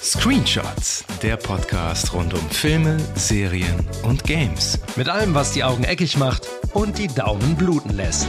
Screenshots, der Podcast rund um Filme, Serien und Games. Mit allem, was die Augen eckig macht und die Daumen bluten lässt.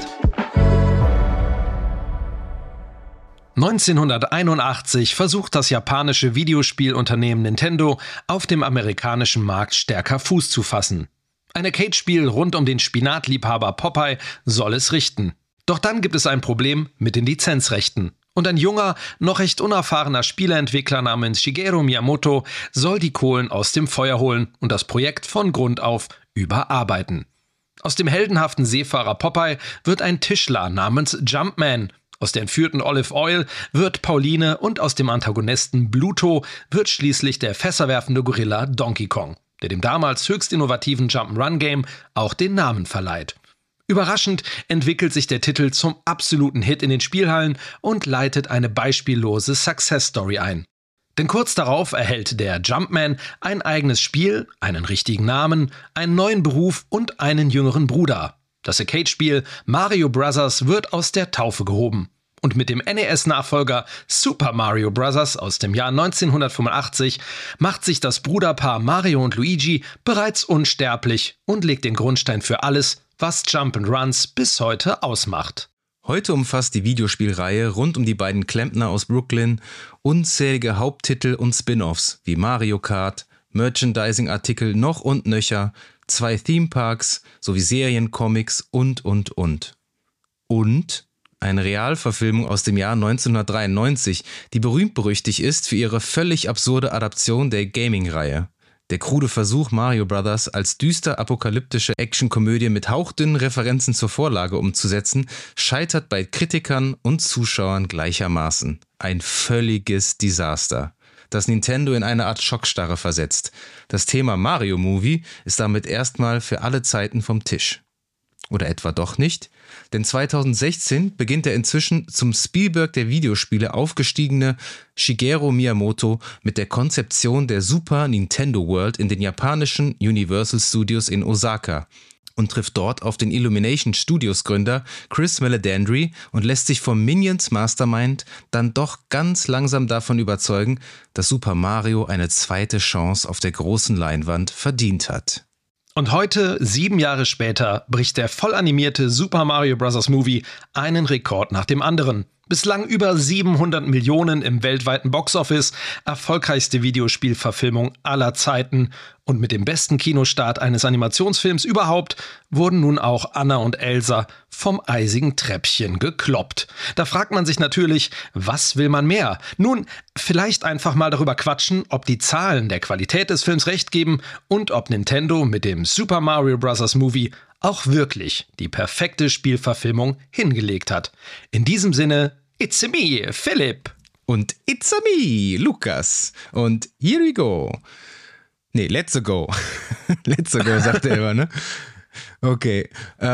1981 versucht das japanische Videospielunternehmen Nintendo auf dem amerikanischen Markt stärker Fuß zu fassen. Ein Arcade-Spiel rund um den Spinatliebhaber Popeye soll es richten. Doch dann gibt es ein Problem mit den Lizenzrechten. Und ein junger, noch recht unerfahrener Spieleentwickler namens Shigeru Miyamoto soll die Kohlen aus dem Feuer holen und das Projekt von Grund auf überarbeiten. Aus dem heldenhaften Seefahrer Popeye wird ein Tischler namens Jumpman. Aus der entführten Olive Oil wird Pauline und aus dem Antagonisten Bluto wird schließlich der fässerwerfende Gorilla Donkey Kong, der dem damals höchst innovativen Jump'n'Run-Game auch den Namen verleiht. Überraschend entwickelt sich der Titel zum absoluten Hit in den Spielhallen und leitet eine beispiellose Success-Story ein. Denn kurz darauf erhält der Jumpman ein eigenes Spiel, einen richtigen Namen, einen neuen Beruf und einen jüngeren Bruder. Das Arcade-Spiel Mario Bros. Wird aus der Taufe gehoben. Und mit dem NES-Nachfolger Super Mario Bros. Aus dem Jahr 1985 macht sich das Bruderpaar Mario und Luigi bereits unsterblich und legt den Grundstein für alles, was Jump'n'Runs bis heute ausmacht. Heute umfasst die Videospielreihe rund um die beiden Klempner aus Brooklyn unzählige Haupttitel und Spin-offs wie Mario Kart, Merchandising-Artikel noch und nöcher, 2 Themeparks sowie Serien, Comics und. Und eine Realverfilmung aus dem Jahr 1993, die berühmt-berüchtigt ist für ihre völlig absurde Adaption der Gaming-Reihe. Der krude Versuch, Mario Bros. Als düster apokalyptische Actionkomödie mit hauchdünnen Referenzen zur Vorlage umzusetzen, scheitert bei Kritikern und Zuschauern gleichermaßen. Ein völliges Desaster, das Nintendo in eine Art Schockstarre versetzt. Das Thema Mario Movie ist damit erstmal für alle Zeiten vom Tisch. Oder etwa doch nicht? Denn 2016 beginnt der inzwischen zum Spielberg der Videospiele aufgestiegene Shigeru Miyamoto mit der Konzeption der Super Nintendo World in den japanischen Universal Studios in Osaka und trifft dort auf den Illumination Studios Gründer Chris Meledandri und lässt sich vom Minions Mastermind dann doch ganz langsam davon überzeugen, dass Super Mario eine zweite Chance auf der großen Leinwand verdient hat. Und heute, 7 Jahre später, bricht der voll animierte Super Mario Bros. Movie einen Rekord nach dem anderen. Bislang über 700 Millionen im weltweiten Boxoffice, erfolgreichste Videospielverfilmung aller Zeiten. Und mit dem besten Kinostart eines Animationsfilms überhaupt wurden nun auch Anna und Elsa vom eisigen Treppchen gekloppt. Da fragt man sich natürlich, was will man mehr? Nun, vielleicht einfach mal darüber quatschen, ob die Zahlen der Qualität des Films recht geben und ob Nintendo mit dem Super Mario Bros. Movie auch wirklich die perfekte Spielverfilmung hingelegt hat. In diesem Sinne, it's a me, Philipp. Und it's a me, Lukas. Und here we go. Nee, let's go. Let's go, sagt er immer, ne? Okay.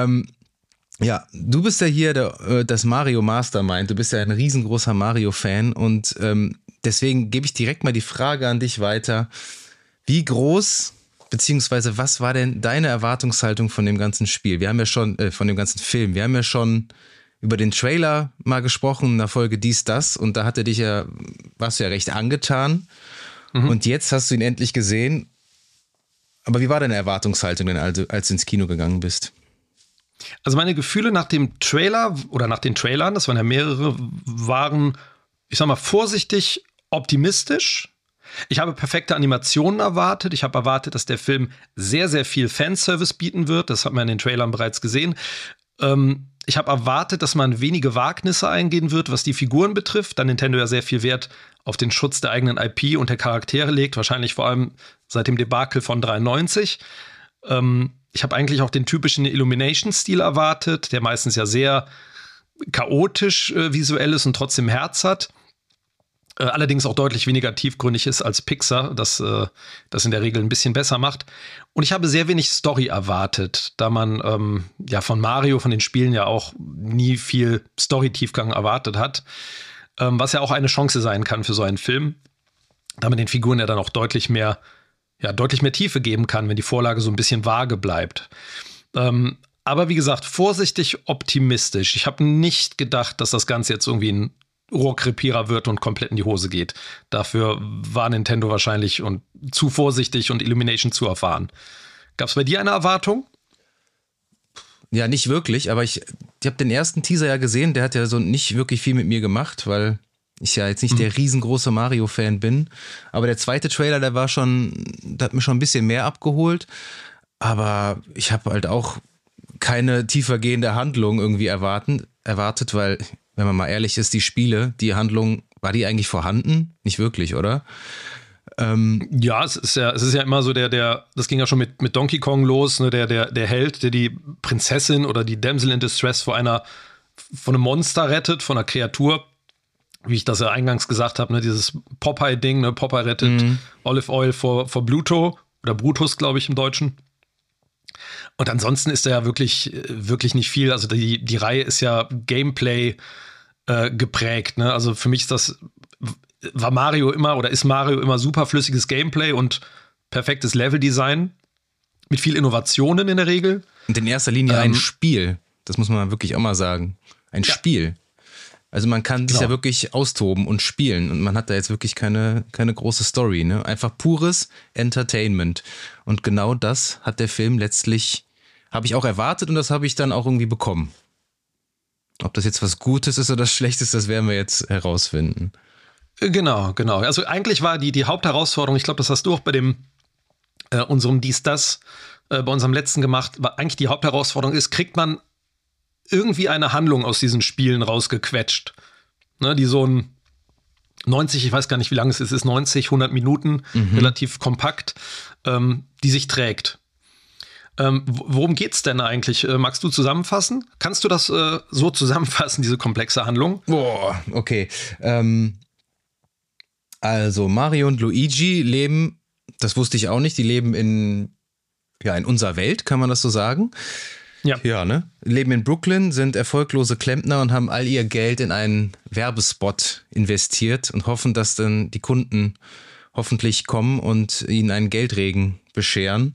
Ja, du bist ja hier das Mario Mastermind. Du bist ja ein riesengroßer Mario-Fan. Und deswegen gebe ich direkt mal die Frage an dich weiter. Wie groß, beziehungsweise was war denn deine Erwartungshaltung von dem ganzen Spiel? Wir haben ja schon, von dem ganzen Film, wir haben ja schon über den Trailer mal gesprochen, in der Folge Dies, Das. Und da warst du ja recht angetan. Und jetzt hast du ihn endlich gesehen. Aber wie war deine Erwartungshaltung denn, als du ins Kino gegangen bist? Also meine Gefühle nach dem Trailer oder nach den Trailern, das waren ja mehrere, waren, ich sag mal, vorsichtig optimistisch. Ich habe perfekte Animationen erwartet. Ich habe erwartet, dass der Film sehr, sehr viel Fanservice bieten wird. Das hat man in den Trailern bereits gesehen. Ich habe erwartet, dass man wenige Wagnisse eingehen wird, was die Figuren betrifft, da Nintendo ja sehr viel Wert auf den Schutz der eigenen IP und der Charaktere legt, wahrscheinlich vor allem seit dem Debakel von 93. Ich habe eigentlich auch den typischen Illumination-Stil erwartet, der meistens ja sehr chaotisch visuell ist und trotzdem Herz hat. Allerdings auch deutlich weniger tiefgründig ist als Pixar, das in der Regel ein bisschen besser macht. Und ich habe sehr wenig Story erwartet, da man von Mario, von den Spielen ja auch nie viel Story-Tiefgang erwartet hat. Was ja auch eine Chance sein kann für so einen Film, da man den Figuren ja dann auch deutlich mehr Tiefe geben kann, wenn die Vorlage so ein bisschen vage bleibt. Aber wie gesagt, vorsichtig optimistisch. Ich habe nicht gedacht, dass das Ganze jetzt irgendwie ein Rohrkrepierer wird und komplett in die Hose geht. Dafür war Nintendo wahrscheinlich und zu vorsichtig und Illumination zu erfahren. Gab es bei dir eine Erwartung? Ja, nicht wirklich, aber ich habe den ersten Teaser ja gesehen, der hat ja so nicht wirklich viel mit mir gemacht, weil ich ja jetzt nicht der riesengroße Mario-Fan bin. Aber der zweite Trailer, der hat mir schon ein bisschen mehr abgeholt. Aber ich habe halt auch keine tiefergehende Handlung irgendwie erwartet, weil, wenn man mal ehrlich ist, die Handlung, war die eigentlich vorhanden? Nicht wirklich, oder? Ja, es ist ja immer so das ging ja schon mit Donkey Kong los, ne, der Held, der die Prinzessin oder die Damsel in Distress von einem Monster rettet, von einer Kreatur, wie ich das ja eingangs gesagt habe, ne, dieses Popeye-Ding, ne, Popeye rettet Olive Oil vor Bluto oder Brutus, glaube ich, im Deutschen. Und ansonsten ist da ja wirklich nicht viel. Also die Reihe ist ja Gameplay geprägt, ne? Also für mich ist Mario immer superflüssiges Gameplay und perfektes Leveldesign mit viel Innovationen in der Regel. Und in erster Linie ein Spiel. Das muss man wirklich auch mal sagen. Ein Spiel. Also man kann sich ja wirklich austoben und spielen und man hat da jetzt wirklich keine große Story, ne? Einfach pures Entertainment. Und genau das hat der Film letztlich, habe ich auch erwartet und das habe ich dann auch irgendwie bekommen. Ob das jetzt was Gutes ist oder das Schlechtes, das werden wir jetzt herausfinden. Genau. Also eigentlich war die Hauptherausforderung, ich glaube, das hast du auch bei dem unserem bei unserem letzten gemacht, war eigentlich die Hauptherausforderung ist, kriegt man irgendwie eine Handlung aus diesen Spielen rausgequetscht, ne, die so ein 90, ich weiß gar nicht, wie lange es ist 90, 100 Minuten, relativ kompakt, die sich trägt. Worum geht's denn eigentlich? Magst du zusammenfassen? Kannst du das so zusammenfassen, diese komplexe Handlung? Boah, okay. Also Mario und Luigi leben, das wusste ich auch nicht, die leben in unserer Welt, kann man das so sagen? Ja, ne? Leben in Brooklyn, sind erfolglose Klempner und haben all ihr Geld in einen Werbespot investiert und hoffen, dass dann die Kunden hoffentlich kommen und ihnen einen Geldregen bescheren.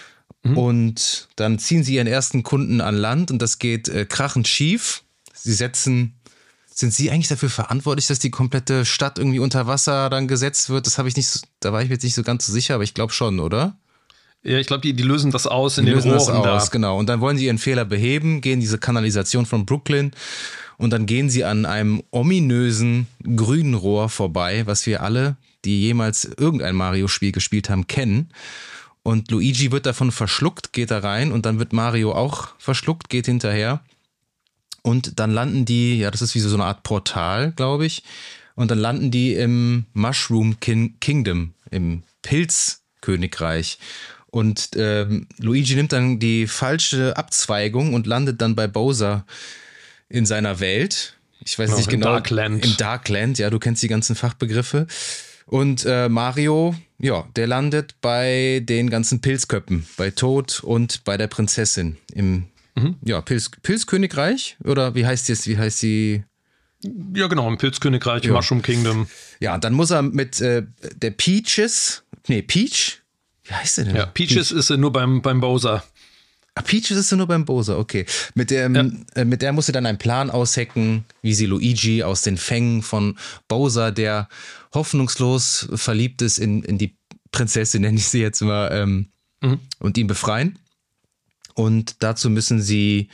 Und dann ziehen sie ihren ersten Kunden an Land und das geht krachend schief. Sind Sie eigentlich dafür verantwortlich, dass die komplette Stadt irgendwie unter Wasser dann gesetzt wird? Da war ich mir jetzt nicht so ganz so sicher, aber ich glaube schon, oder? Ja, ich glaube, die lösen das aus in den Rohren da. Genau. Und dann wollen sie ihren Fehler beheben, gehen diese Kanalisation von Brooklyn und dann gehen sie an einem ominösen grünen Rohr vorbei, was wir alle, die jemals irgendein Mario-Spiel gespielt haben, kennen. Und Luigi wird davon verschluckt, geht da rein und dann wird Mario auch verschluckt, geht hinterher. Und dann landen die, das ist wie so eine Art Portal, glaube ich. Und dann landen die im Mushroom Kingdom, im Pilzkönigreich. Und Luigi nimmt dann die falsche Abzweigung und landet dann bei Bowser in seiner Welt. Ich weiß nicht genau. Im Darkland, ja, du kennst die ganzen Fachbegriffe. Und Mario, der landet bei den ganzen Pilzköppen, bei Toad und bei der Prinzessin im Pilzkönigreich? Oder wie heißt die? Ja, genau, im Pilzkönigreich, Mushroom Kingdom. Ja, und dann muss er mit der Peach? Wie heißt der denn? Ja, Peaches ist nur beim Bowser. Peaches ist nur beim Bowser, okay. Mit der muss sie dann einen Plan aushecken, wie sie Luigi aus den Fängen von Bowser, der hoffnungslos verliebt ist in die Prinzessin, nenne ich sie jetzt mal, und ihn befreien. Und dazu müssen sie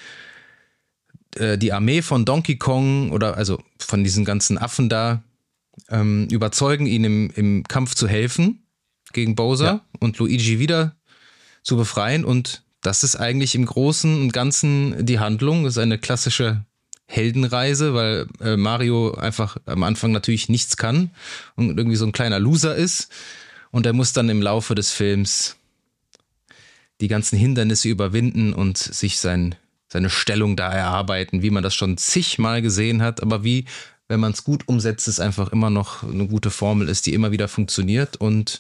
die Armee von Donkey Kong also von diesen ganzen Affen da überzeugen, ihnen im Kampf zu helfen gegen Bowser und Luigi wieder zu befreien. Und das ist eigentlich im Großen und Ganzen die Handlung. Das ist eine klassische Heldenreise, weil Mario einfach am Anfang natürlich nichts kann und irgendwie so ein kleiner Loser ist. Und er muss dann im Laufe des Films die ganzen Hindernisse überwinden und sich seine Stellung da erarbeiten, wie man das schon zigmal gesehen hat. Aber wenn man es gut umsetzt, es einfach immer noch eine gute Formel ist, die immer wieder funktioniert. Und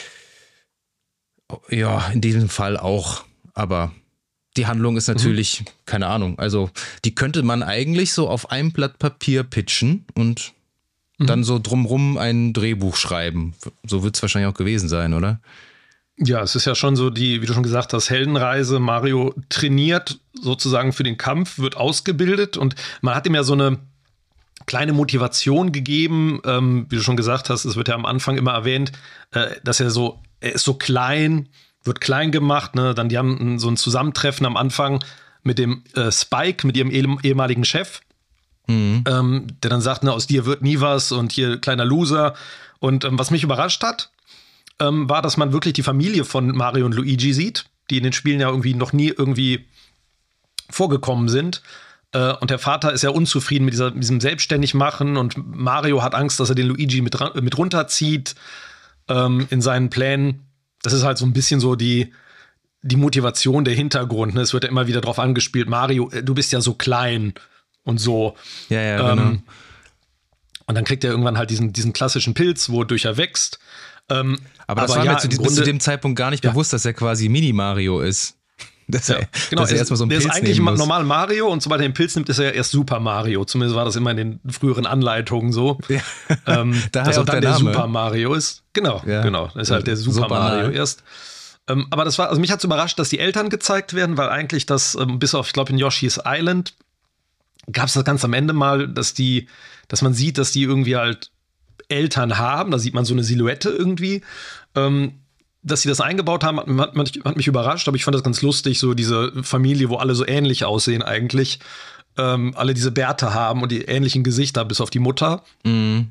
ja, in diesem Fall auch. Aber die Handlung ist natürlich, keine Ahnung, also die könnte man eigentlich so auf einem Blatt Papier pitchen und dann so drumrum ein Drehbuch schreiben. So wird es wahrscheinlich auch gewesen sein, oder? Ja, es ist ja schon so wie du schon gesagt hast, Heldenreise. Mario trainiert sozusagen für den Kampf, wird ausgebildet und man hat ihm ja so eine kleine Motivation gegeben, wie du schon gesagt hast, es wird ja am Anfang immer erwähnt, dass er ist so klein, wird klein gemacht, ne? Dann die haben so ein Zusammentreffen am Anfang mit dem Spike, mit ihrem ehemaligen Chef, der dann sagt, ne, aus dir wird nie was und hier kleiner Loser. Und was mich überrascht hat, war, dass man wirklich die Familie von Mario und Luigi sieht, die in den Spielen ja irgendwie noch nie irgendwie vorgekommen sind. Und der Vater ist ja unzufrieden mit diesem Selbstständigmachen und Mario hat Angst, dass er den Luigi mit runterzieht in seinen Plänen. Das ist halt so ein bisschen so die Motivation, der Hintergrund. Ne? Es wird ja immer wieder drauf angespielt, Mario, du bist ja so klein und so. Ja, genau. Und dann kriegt er irgendwann halt diesen klassischen Pilz, wodurch er wächst. Aber das war mir bis zu dem Zeitpunkt gar nicht bewusst, dass er quasi Mini-Mario ist. Dass er erstmal so einen Pilz ist eigentlich nehmen muss. normal Mario und sobald er den Pilz nimmt, ist er ja erst Super Mario. Zumindest war das immer in den früheren Anleitungen so. Ja. Dass er dann der Super Mario ist. Genau. Das ist halt der Super Mario erst. Aber also mich hat es überrascht, dass die Eltern gezeigt werden, weil eigentlich das, bis auf, ich glaube, in Yoshi's Island gab es das ganz am Ende mal, dass man sieht, dass die irgendwie halt Eltern haben. Da sieht man so eine Silhouette irgendwie. Dass sie das eingebaut haben, hat mich überrascht, aber ich fand das ganz lustig, so diese Familie, wo alle so ähnlich aussehen eigentlich. Alle diese Bärte haben und die ähnlichen Gesichter, bis auf die Mutter. Mhm.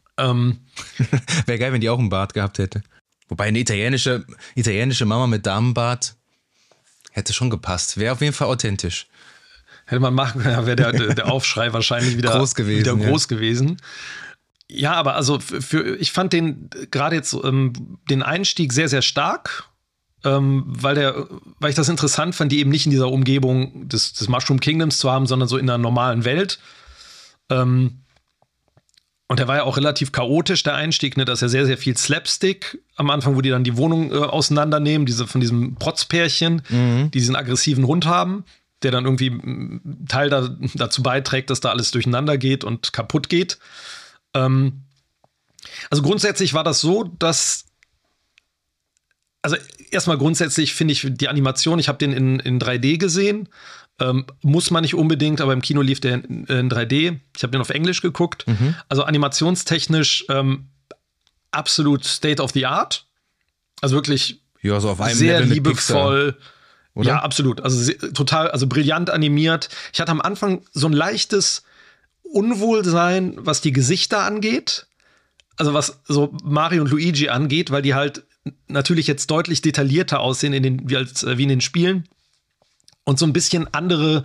Wäre geil, wenn die auch einen Bart gehabt hätte. Wobei eine italienische Mama mit Damenbart hätte schon gepasst. Wäre auf jeden Fall authentisch. Hätte man machen können, wäre der Aufschrei wahrscheinlich wieder groß gewesen. Ja, aber also ich fand den gerade jetzt den Einstieg sehr, sehr stark, weil ich das interessant fand, die eben nicht in dieser Umgebung des Mushroom Kingdoms zu haben, sondern so in einer normalen Welt. Und der war ja auch relativ chaotisch, der Einstieg, ne? Da ist ja sehr, sehr viel Slapstick am Anfang, wo die dann die Wohnung auseinandernehmen, von diesem Protzpärchen, die diesen aggressiven Hund haben, der dann irgendwie Teil dazu beiträgt, dass da alles durcheinander geht und kaputt geht. Also grundsätzlich war das so, dass also erstmal grundsätzlich finde ich die Animation, ich habe den in 3D gesehen, muss man nicht unbedingt, aber im Kino lief der in 3D. Ich habe den auf Englisch geguckt. Also animationstechnisch absolut State of the Art. Also wirklich so auf einem sehr Level liebevoll. Pixar, oder? Ja, absolut. Also total, also brillant animiert. Ich hatte am Anfang so ein leichtes Unwohlsein, was die Gesichter angeht. Also was so Mario und Luigi angeht, weil die halt natürlich jetzt deutlich detaillierter aussehen wie in den Spielen und so ein bisschen andere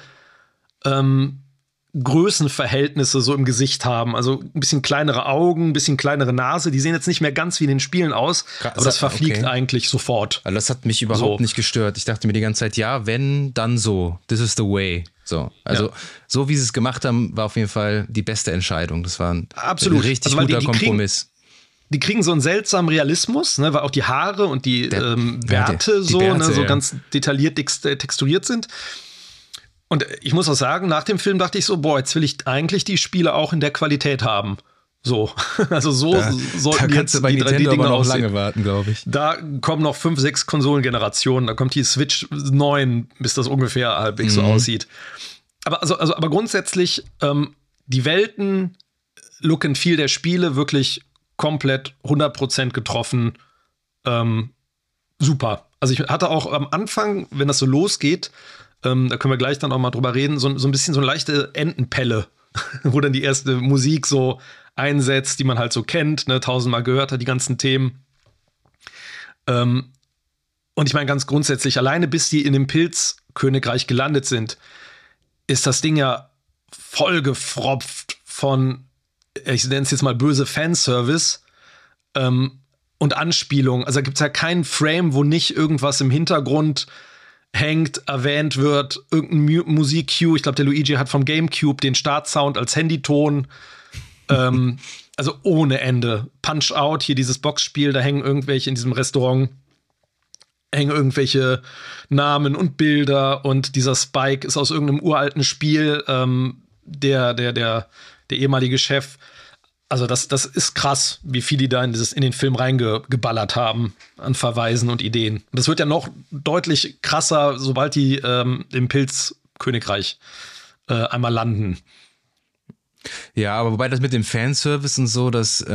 Größenverhältnisse so im Gesicht haben. Also ein bisschen kleinere Augen, ein bisschen kleinere Nase. Die sehen jetzt nicht mehr ganz wie in den Spielen aus, aber das verfliegt eigentlich sofort. Also das hat mich überhaupt nicht gestört. Ich dachte mir die ganze Zeit, ja, wenn, dann so. This is the way. So, also so wie sie es gemacht haben, war auf jeden Fall die beste Entscheidung. Das war ein richtig guter Kompromiss. Die kriegen so einen seltsamen Realismus, ne, weil auch die Haare und die Bärte so ganz detailliert texturiert sind. Und ich muss auch sagen, nach dem Film dachte ich so, jetzt will ich eigentlich die Spiele auch in der Qualität haben. So, also sollten da jetzt bei die 3D-Dinger noch aussehen. lange warten, glaube ich. Da kommen noch 5, 6 Konsolengenerationen, da kommt die Switch 9, bis das ungefähr halbwegs so aussieht. Aber grundsätzlich, die Welten, Look and Feel der Spiele wirklich komplett 100% getroffen. Super. Also ich hatte auch am Anfang, wenn das so losgeht, da können wir gleich dann auch mal drüber reden, so ein bisschen so eine leichte Entenpelle, wo dann die erste Musik so einsetzt, die man halt so kennt, ne, 1000-mal gehört hat, die ganzen Themen. Und ich meine ganz grundsätzlich, alleine bis die in dem Pilzkönigreich gelandet sind, ist das Ding ja vollgefropft von, ich nenne es jetzt mal böse Fanservice und Anspielung. Also da gibt es ja keinen Frame, wo nicht irgendwas im Hintergrund hängt, erwähnt wird, irgendein Musik-Cue. Ich glaube, der Luigi hat vom GameCube den Startsound als Handyton. Also ohne Ende. Punch-Out, hier dieses Boxspiel, da hängen irgendwelche in diesem Restaurant, hängen irgendwelche Namen und Bilder und dieser Spike ist aus irgendeinem uralten Spiel, der ehemalige Chef. Also das ist krass, wie viel die da in den Film reingeballert haben an Verweisen und Ideen. Und das wird ja noch deutlich krasser, sobald die im Pilzkönigreich einmal landen. Ja, aber wobei das mit dem Fanservice und so, das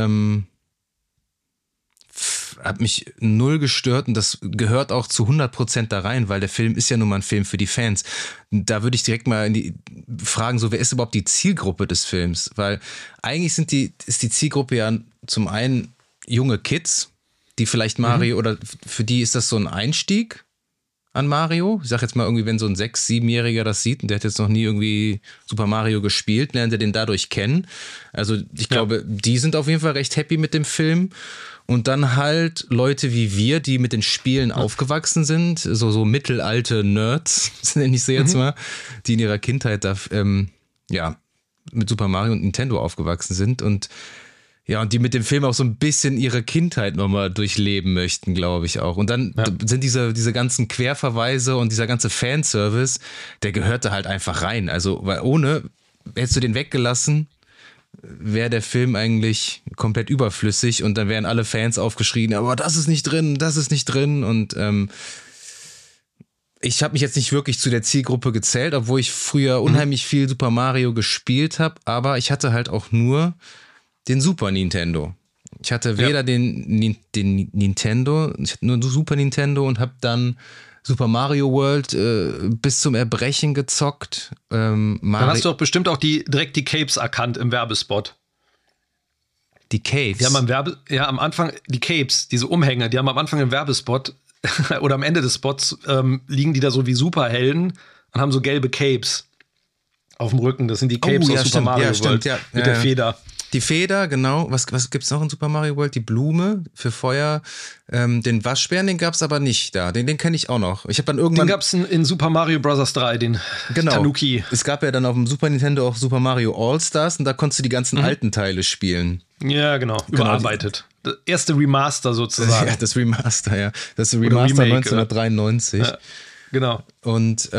hat mich null gestört und das gehört auch zu 100% da rein, weil der Film ist ja nun mal ein Film für die Fans. Da würde ich direkt mal fragen, so, wer ist überhaupt die Zielgruppe des Films? Weil eigentlich ist die Zielgruppe ja zum einen junge Kids, die vielleicht Mario oder für die ist das so ein Einstieg an Mario. Ich sag jetzt mal irgendwie, wenn so ein 6-, 7-Jähriger das sieht und der hat jetzt noch nie irgendwie Super Mario gespielt, lernt er den dadurch kennen. Also ich glaube, die sind auf jeden Fall recht happy mit dem Film. Und dann halt Leute wie wir, die mit den Spielen aufgewachsen sind, so mittelalte Nerds, nenne ich sie jetzt mal, die in ihrer Kindheit da mit Super Mario und Nintendo aufgewachsen sind und die mit dem Film auch so ein bisschen ihre Kindheit nochmal durchleben möchten, glaube ich auch. Und dann sind diese ganzen Querverweise und dieser ganze Fanservice, der gehört da halt einfach rein. Also, weil hättest du den weggelassen, wäre der Film eigentlich komplett überflüssig und dann wären alle Fans aufgeschrien, aber das ist nicht drin und ich habe mich jetzt nicht wirklich zu der Zielgruppe gezählt, obwohl ich früher unheimlich viel Super Mario gespielt habe, aber ich hatte halt auch nur den Super Nintendo. Ich hatte weder den Nintendo, ich hatte nur Super Nintendo und habe dann Super Mario World bis zum Erbrechen gezockt. Dann hast du doch bestimmt auch direkt die Capes erkannt im Werbespot. Die Caves? Die haben am Anfang, die Capes, diese Umhänge, die haben am Anfang im Werbespot oder am Ende des Spots liegen die da so wie Superhelden und haben so gelbe Capes auf dem Rücken. Das sind die Capes aus Super Mario World mit der Feder. Die Feder, genau. Was gibt's noch in Super Mario World? Die Blume für Feuer. Den Waschbären, den gab's aber nicht da. Den kenne ich auch noch. Ich habe dann irgendwann. Den gab's in Super Mario Bros. 3, den Tanuki. Es gab ja dann auf dem Super Nintendo auch Super Mario All-Stars und da konntest du die ganzen alten Teile spielen. Ja, genau. Überarbeitet. Das erste Remaster sozusagen. Ja, das Remaster, ja. Das Remaster Remake, 1993. Ja, genau. Und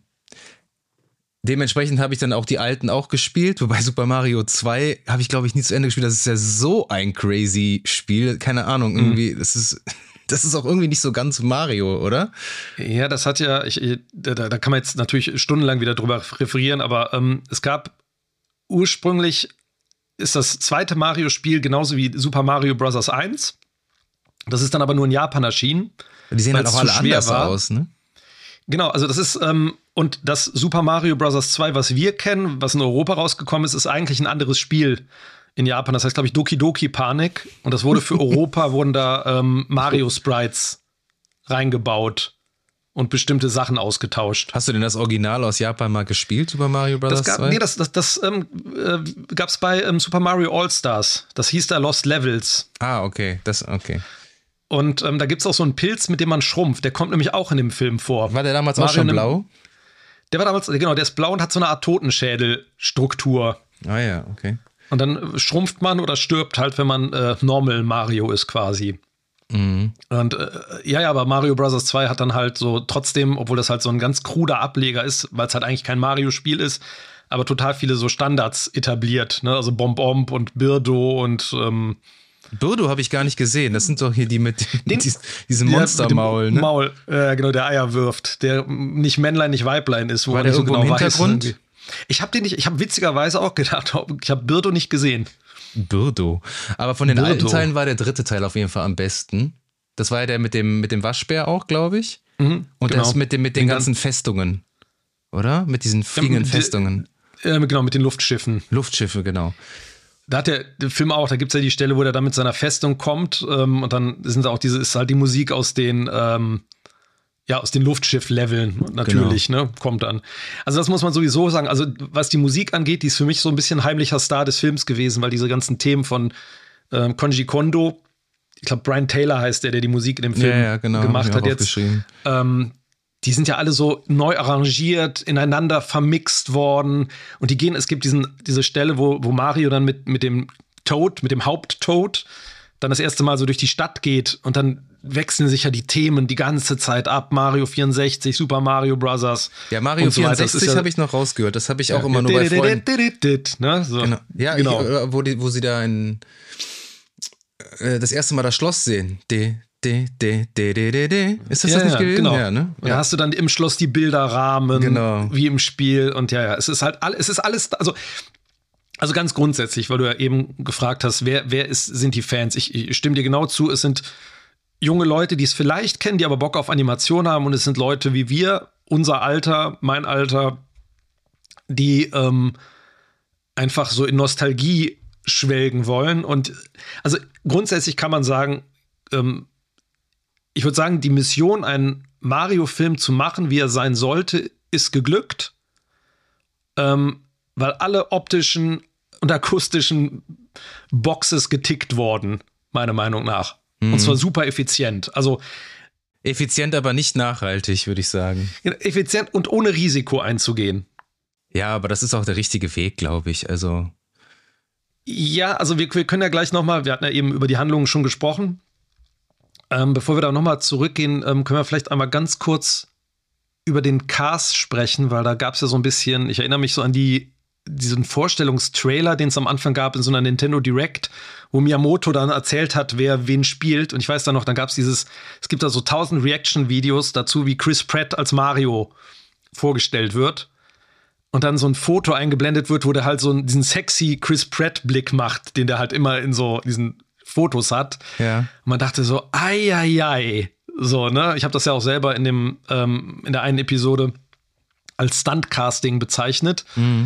dementsprechend habe ich dann auch die alten auch gespielt, wobei Super Mario 2 habe ich, glaube ich, nie zu Ende gespielt. Das ist ja so ein crazy Spiel. Keine Ahnung, irgendwie, das ist auch irgendwie nicht so ganz Mario, oder? Ja, das hat ja, da kann man jetzt natürlich stundenlang wieder drüber referieren, aber es gab ursprünglich, ist das zweite Mario-Spiel genauso wie Super Mario Bros. 1. Das ist dann aber nur in Japan erschienen. Die sehen halt auch alle anders aus, ne? Genau, also das ist, und das Super Mario Bros. 2, was wir kennen, was in Europa rausgekommen ist eigentlich ein anderes Spiel in Japan. Das heißt, glaube ich, Doki Doki Panic. Und das wurde für Europa, wurden da Mario-Sprites reingebaut und bestimmte Sachen ausgetauscht. Hast du denn das Original aus Japan mal gespielt, Super Mario Bros. 2? Nee, das gab's bei Super Mario All-Stars. Das hieß da Lost Levels. Ah, okay, okay. Und da gibt's auch so einen Pilz, mit dem man schrumpft. Der kommt nämlich auch in dem Film vor. War der damals Mario auch schon blau? Der war damals, genau, der ist blau und hat so eine Art Totenschädelstruktur. Ah ja, okay. Und dann schrumpft man oder stirbt halt, wenn man Normal Mario ist quasi. Mhm. Und aber Mario Bros. 2 hat dann halt so trotzdem, obwohl das halt so ein ganz kruder Ableger ist, weil es halt eigentlich kein Mario-Spiel ist, aber total viele so Standards etabliert, ne? Also Bomb und Birdo und Birdo habe ich gar nicht gesehen. Das sind doch hier die mit diesem Monstermaul, ne? Maul, genau, der Eier wirft, der nicht Männlein, nicht Weiblein ist, wo man nicht so genau im Hintergrund? Weiß. Ich habe witzigerweise auch gedacht, ich habe Birdo nicht gesehen. Birdo. Aber von den alten Teilen war der dritte Teil auf jeden Fall am besten. Das war ja der mit dem Waschbär auch, glaube ich. Und genau. Das mit den ganzen Festungen. Oder? Mit diesen fliegenden Festungen. Genau, mit den Luftschiffen. Luftschiffe, genau. Da hat der Film auch, da gibt es ja die Stelle, wo der da mit seiner Festung kommt und dann ist halt die Musik aus den Luftschiff-Leveln natürlich, ne, kommt dann. Also das muss man sowieso sagen, also was die Musik angeht, die ist für mich so ein bisschen heimlicher Star des Films gewesen, weil diese ganzen Themen von Koji Kondo, ich glaube Brian Taylor heißt der die Musik in dem Film gemacht hat jetzt, die sind ja alle so neu arrangiert, ineinander vermixt worden und es gibt diese Stelle, wo Mario dann mit dem Toad, mit dem Haupt-Toad dann das erste Mal so durch die Stadt geht und dann wechseln sich ja die Themen die ganze Zeit ab. Mario 64, Super Mario Bros. Ja, Mario 64 habe ich noch rausgehört. Das habe ich auch immer nur bei Freunden. Ne? So. Genau. Ja, genau. Wo sie da das erste Mal das Schloss sehen. Ist das nicht gewesen? Genau. Ja, ne? Da hast du dann im Schloss die Bilderrahmen, wie im Spiel. Und es ist alles, also Also ganz grundsätzlich, weil du ja eben gefragt hast, sind die Fans? Ich stimme dir genau zu, es sind junge Leute, die es vielleicht kennen, die aber Bock auf Animation haben, und es sind Leute wie wir, unser Alter, mein Alter, die einfach so in Nostalgie schwelgen wollen. Und also grundsätzlich kann man sagen, ich würde sagen, die Mission, einen Mario-Film zu machen, wie er sein sollte, ist geglückt, weil alle optischen und akustischen Boxes getickt wurden, meiner Meinung nach. Und zwar super effizient. Also effizient, aber nicht nachhaltig, würde ich sagen. Effizient und ohne Risiko einzugehen. Ja, aber das ist auch der richtige Weg, glaube ich. Also ja, also wir können ja gleich nochmal, wir hatten ja eben über die Handlungen schon gesprochen. Bevor wir da nochmal zurückgehen, können wir vielleicht einmal ganz kurz über den Cast sprechen, weil da gab es ja so ein bisschen, ich erinnere mich so an diesen Vorstellungstrailer, den es am Anfang gab in so einer Nintendo Direct, wo Miyamoto dann erzählt hat, wer wen spielt. Und ich weiß dann noch, dann gab es es gibt da so 1000 Reaction-Videos dazu, wie Chris Pratt als Mario vorgestellt wird. Und dann so ein Foto eingeblendet wird, wo der halt so diesen sexy Chris Pratt-Blick macht, den der halt immer in so diesen Fotos hat. ja. Und man dachte so, ei. So, ne? Ich habe das ja auch selber in der einen Episode als Stunt-Casting bezeichnet.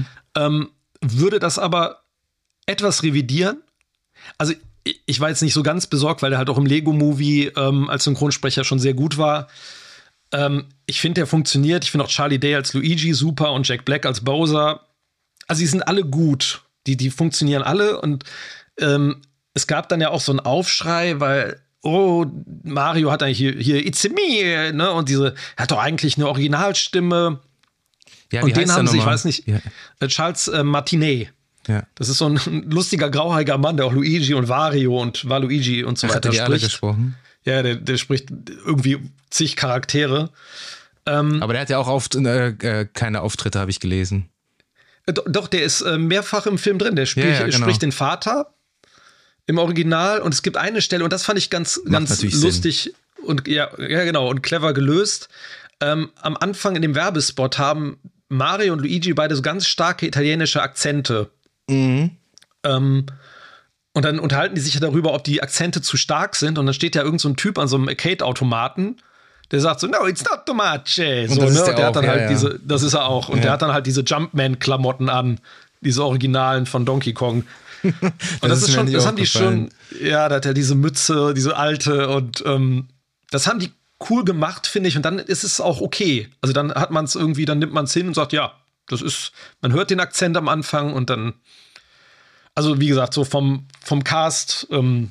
Würde das aber etwas revidieren. Also ich war jetzt nicht so ganz besorgt, weil der halt auch im Lego-Movie als Synchronsprecher schon sehr gut war. Ich finde, der funktioniert. Ich finde auch Charlie Day als Luigi super und Jack Black als Bowser. Also die sind alle gut. Die funktionieren alle. Und es gab dann ja auch so einen Aufschrei, weil Mario hat eigentlich hier It's me, ne? Und er hat doch eigentlich eine Originalstimme. Ja, und den haben sie, ich mal? weiß nicht, Charles Martinet. Ja. Das ist so ein lustiger, grauhaariger Mann, der auch Luigi und Wario und Waluigi und so weiter die spricht. alle gesprochen? Ja, der spricht irgendwie zig Charaktere. Aber der hat ja auch keine Auftritte, habe ich gelesen. Doch, der ist mehrfach im Film drin. Der spricht den Vater im Original. Und es gibt eine Stelle, und das fand ich ganz lustig Sinn. Und ja, genau, und clever gelöst. Am Anfang in dem Werbespot haben Mario und Luigi beide so ganz starke italienische Akzente. Und dann unterhalten die sich ja darüber, ob die Akzente zu stark sind. Und dann steht ja irgend so ein Typ an so einem Arcade-Automaten, der sagt so, no, it's not too much. So, und der hat dann halt das ist er auch. Und der hat dann halt diese Jumpman-Klamotten an, diese Originalen von Donkey Kong. Und das haben die schon, ja, da hat er diese Mütze, diese alte, und das haben die cool gemacht, finde ich. Und dann ist es auch okay. Also dann hat man es irgendwie, dann nimmt man es hin und sagt, ja, man hört den Akzent am Anfang und dann, also wie gesagt, so vom Cast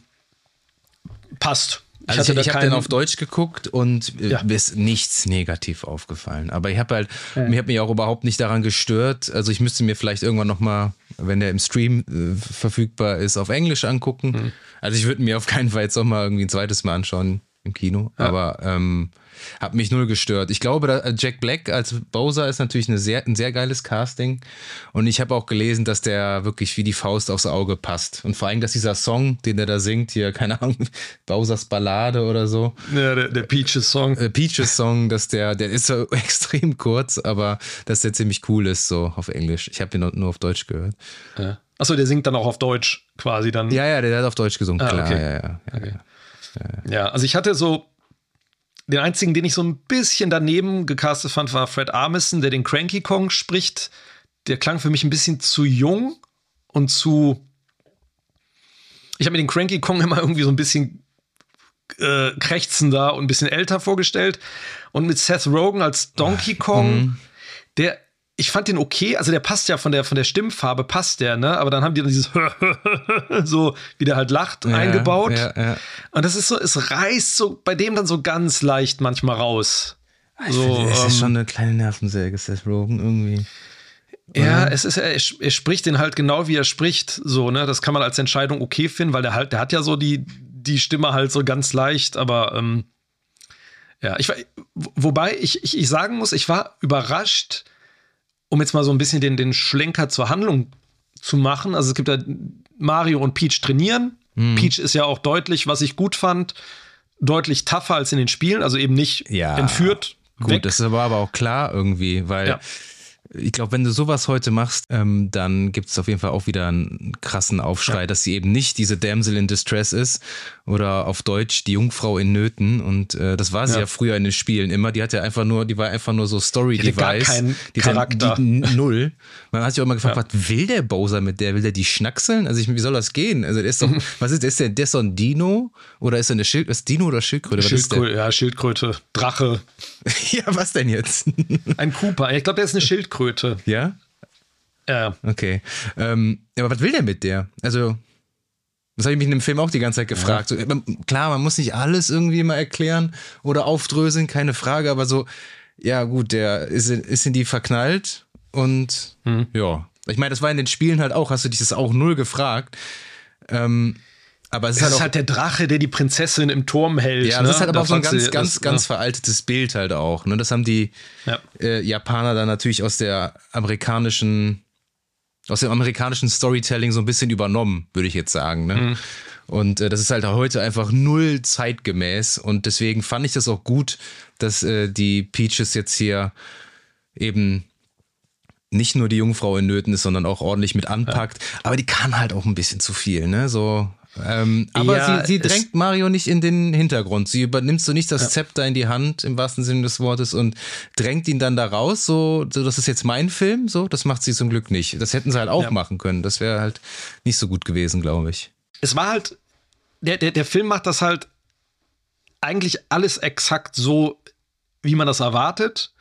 passt. Also ich habe den auf Deutsch geguckt und mir ist nichts negativ aufgefallen. Aber ich habe mir hat mich auch überhaupt nicht daran gestört. Also ich müsste mir vielleicht irgendwann noch mal, wenn der im Stream verfügbar ist, auf Englisch angucken. Also ich würde mir auf keinen Fall jetzt noch mal irgendwie ein zweites Mal anschauen im Kino. Ja. Aber hat mich null gestört. Ich glaube, Jack Black als Bowser ist natürlich ein sehr geiles Casting. Und ich habe auch gelesen, dass der wirklich wie die Faust aufs Auge passt. Und vor allem, dass dieser Song, den der da singt, hier, keine Ahnung, Bowsers Ballade oder so. Ja, der Peaches-Song. Peaches-Song, dass der ist so extrem kurz, aber dass der ziemlich cool ist, so auf Englisch. Ich habe den nur auf Deutsch gehört. Ja. Achso, der singt dann auch auf Deutsch quasi dann. Ja, der hat auf Deutsch gesungen, klar. Okay. Ja, also ich hatte so, den einzigen, den ich so ein bisschen daneben gecastet fand, war Fred Armisen, der den Cranky Kong spricht. Der klang für mich ein bisschen zu jung und zu. Ich habe mir den Cranky Kong immer irgendwie so ein bisschen krächzender und ein bisschen älter vorgestellt. Und mit Seth Rogen als Donkey Kong, ich fand den okay, also der passt ja von der Stimmfarbe, passt der, ne? Aber dann haben die dann dieses so, wie der halt lacht, eingebaut. Ja. Und das ist so, es reißt so bei dem dann so ganz leicht manchmal raus. Es ist schon eine kleine Nervensäge, Seth Rogen, irgendwie. Ja, er spricht den halt genau, wie er spricht, so, ne? Das kann man als Entscheidung okay finden, weil der hat ja so die Stimme halt so ganz leicht, aber ja, wobei ich sagen muss, ich war überrascht, um jetzt mal so ein bisschen den Schlenker zur Handlung zu machen. Also es gibt ja Mario und Peach trainieren. Peach ist ja auch deutlich, was ich gut fand, deutlich tougher als in den Spielen, also eben nicht entführt. Gut, weg. Das war aber auch klar irgendwie, weil ich glaube, wenn du sowas heute machst, dann gibt es auf jeden Fall auch wieder einen krassen Aufschrei, dass sie eben nicht diese Damsel in Distress ist oder auf Deutsch die Jungfrau in Nöten. Und das war sie ja früher in den Spielen immer. Die war einfach nur so Story-Device. Gar keinen Charakter. Null. Man hat sich auch immer gefragt, was will der Bowser mit der? Will der die schnackseln? Also wie soll das gehen? Also der ist doch, was ist der? Der ist doch ein Dino? Oder ist er eine Dino oder Schildkröte? Schildkröte, Drache. Ja, was denn jetzt? Ein Koopa. Ich glaube, der ist eine Schildkröte. Ja? Ja. Okay. Aber was will der mit der? Also, das habe ich mich in dem Film auch die ganze Zeit gefragt. So, klar, man muss nicht alles irgendwie mal erklären oder aufdröseln, keine Frage, aber so, ja gut, der ist in die verknallt und ja. Ich meine, das war in den Spielen halt auch, hast du dich das auch null gefragt. Aber es ist halt der Drache, der die Prinzessin im Turm hält. Ja, das ist halt aber auch so ein ganz veraltetes Bild halt auch. Ne? Das haben die Japaner dann natürlich aus dem amerikanischen Storytelling so ein bisschen übernommen, würde ich jetzt sagen. Ne? Und das ist halt heute einfach null zeitgemäß. Und deswegen fand ich das auch gut, dass die Peaches jetzt hier eben nicht nur die Jungfrau in Nöten ist, sondern auch ordentlich mit anpackt. Aber die kann halt auch ein bisschen zu viel, ne? So. Aber sie drängt Mario nicht in den Hintergrund. Sie übernimmt so nicht das Zepter in die Hand, im wahrsten Sinne des Wortes, und drängt ihn dann da raus, so das ist jetzt mein Film, so, das macht sie zum Glück nicht. Das hätten sie halt auch machen können. Das wäre halt nicht so gut gewesen, glaube ich. Es war halt, der Film macht das halt eigentlich alles exakt so, wie man das erwartet.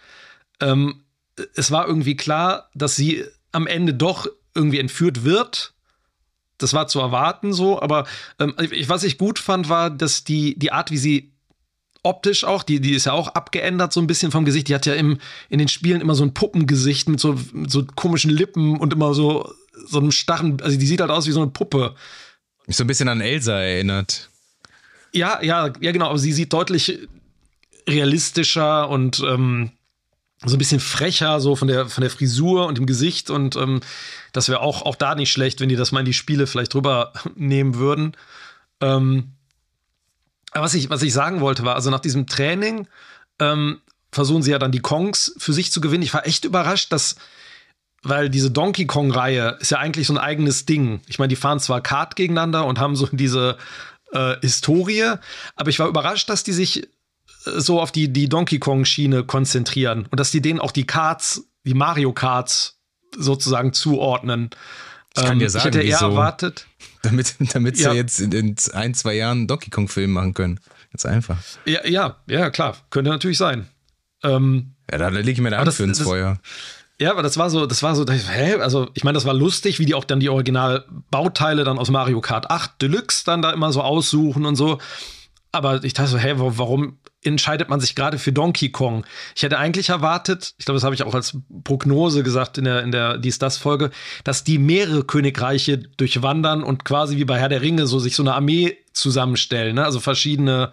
Es war irgendwie klar, dass sie am Ende doch irgendwie entführt wird. Das war zu erwarten so, aber was ich gut fand, war, dass die Art, wie sie optisch auch, die ist ja auch abgeändert so ein bisschen vom Gesicht. Die hat ja in den Spielen immer so ein Puppengesicht mit so komischen Lippen und immer so einem starren, also die sieht halt aus wie so eine Puppe. Mich so ein bisschen an Elsa erinnert. Ja, genau, aber sie sieht deutlich realistischer und so ein bisschen frecher, so von der Frisur und dem Gesicht, und das wäre auch da nicht schlecht, wenn die das mal in die Spiele vielleicht drüber nehmen würden. Aber was ich sagen wollte, war, also nach diesem Training versuchen sie ja dann die Kongs für sich zu gewinnen. Ich war echt überrascht, weil diese Donkey Kong-Reihe ist ja eigentlich so ein eigenes Ding. Ich meine, die fahren zwar Kart gegeneinander und haben so diese Historie, aber ich war überrascht, dass die sich so auf die Donkey Kong-Schiene konzentrieren und dass die denen auch die Mario Karts sozusagen zuordnen. Ich kann dir sagen, ich hätte eher wieso. Erwartet. Damit sie jetzt in 1-2 Jahren einen Donkey Kong-Film machen können. Ganz einfach. Ja, klar. Könnte natürlich sein. Da lege ich mir eine Hand für ins Feuer. Ja, aber das war so, also ich meine, das war lustig, wie die auch dann die Originalbauteile dann aus Mario Kart 8 Deluxe dann da immer so aussuchen und so. Aber ich dachte so, warum entscheidet man sich gerade für Donkey Kong? Ich hätte eigentlich erwartet, ich glaube, das habe ich auch als Prognose gesagt in der Dies-Das-Folge, dass die mehrere Königreiche durchwandern und quasi wie bei Herr der Ringe sich so eine Armee zusammenstellen. Ne? Also verschiedene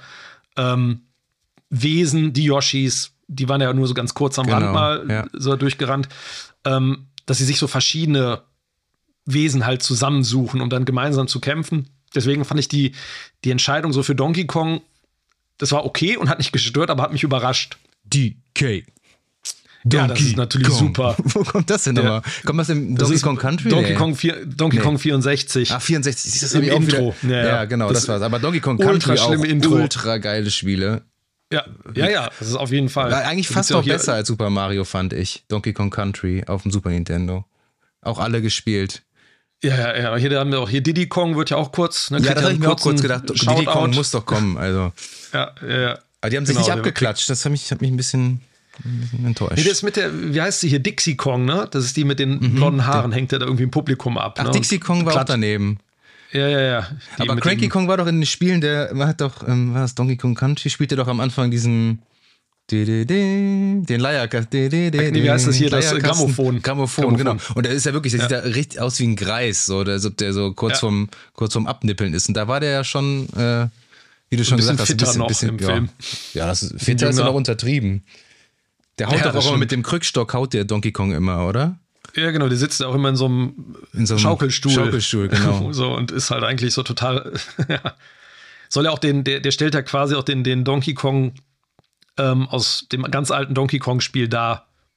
Wesen, die Yoshis, die waren ja nur so ganz kurz am Rand mal so durchgerannt, dass sie sich so verschiedene Wesen halt zusammensuchen, um dann gemeinsam zu kämpfen. Deswegen fand ich die Entscheidung so für Donkey Kong, das war okay und hat nicht gestört, aber hat mich überrascht. DK. Ja, das ist natürlich super. Wo kommt das denn nochmal? Kommt das im Donkey Kong Country? Donkey Kong 64. Ah, 64. Das im Intro. Ja, genau, das war's. Aber Donkey Kong Country auch ultra geile Spiele. Ja, das ist auf jeden Fall. Eigentlich fast noch besser als Super Mario, fand ich. Donkey Kong Country auf dem Super Nintendo. Auch alle gespielt. Ja. Hier haben wir auch Diddy Kong wird ja auch kurz. Ne, ja, das habe ich mir auch kurz gedacht. Diddy Kong muss doch kommen. Also. Ja. Aber die haben sich nicht abgeklatscht. Das hat mich ein bisschen enttäuscht. Nee, das mit der, wie heißt sie hier? Dixie Kong, ne? Das ist die mit den blonden Haaren, hängt ja da irgendwie im Publikum ab. Ach, Dixie Kong war auch daneben. Ja. Aber Cranky Kong war doch in den Spielen, war das Donkey Kong Country, spielte doch am Anfang diesen den Leierkasten. Wie heißt das hier? Das Grammophon. Grammophon, genau. Und der ist ja wirklich, der sieht da richtig aus wie ein Greis, so, als ob der so kurz vorm Abnippeln ist. Und da war der ja schon, wie du schon gesagt hast, ein bisschen im Film. Ja, das fitter ist ja noch untertrieben. Der haut doch auch immer mit dem Krückstock, haut der Donkey Kong immer, oder? Ja, genau, der sitzt auch immer in so einem Schaukelstuhl. Schaukelstuhl, genau. So, und ist halt eigentlich so total, soll ja auch der stellt ja quasi auch den Donkey Kong aus dem ganz alten Donkey Kong-Spiel dar.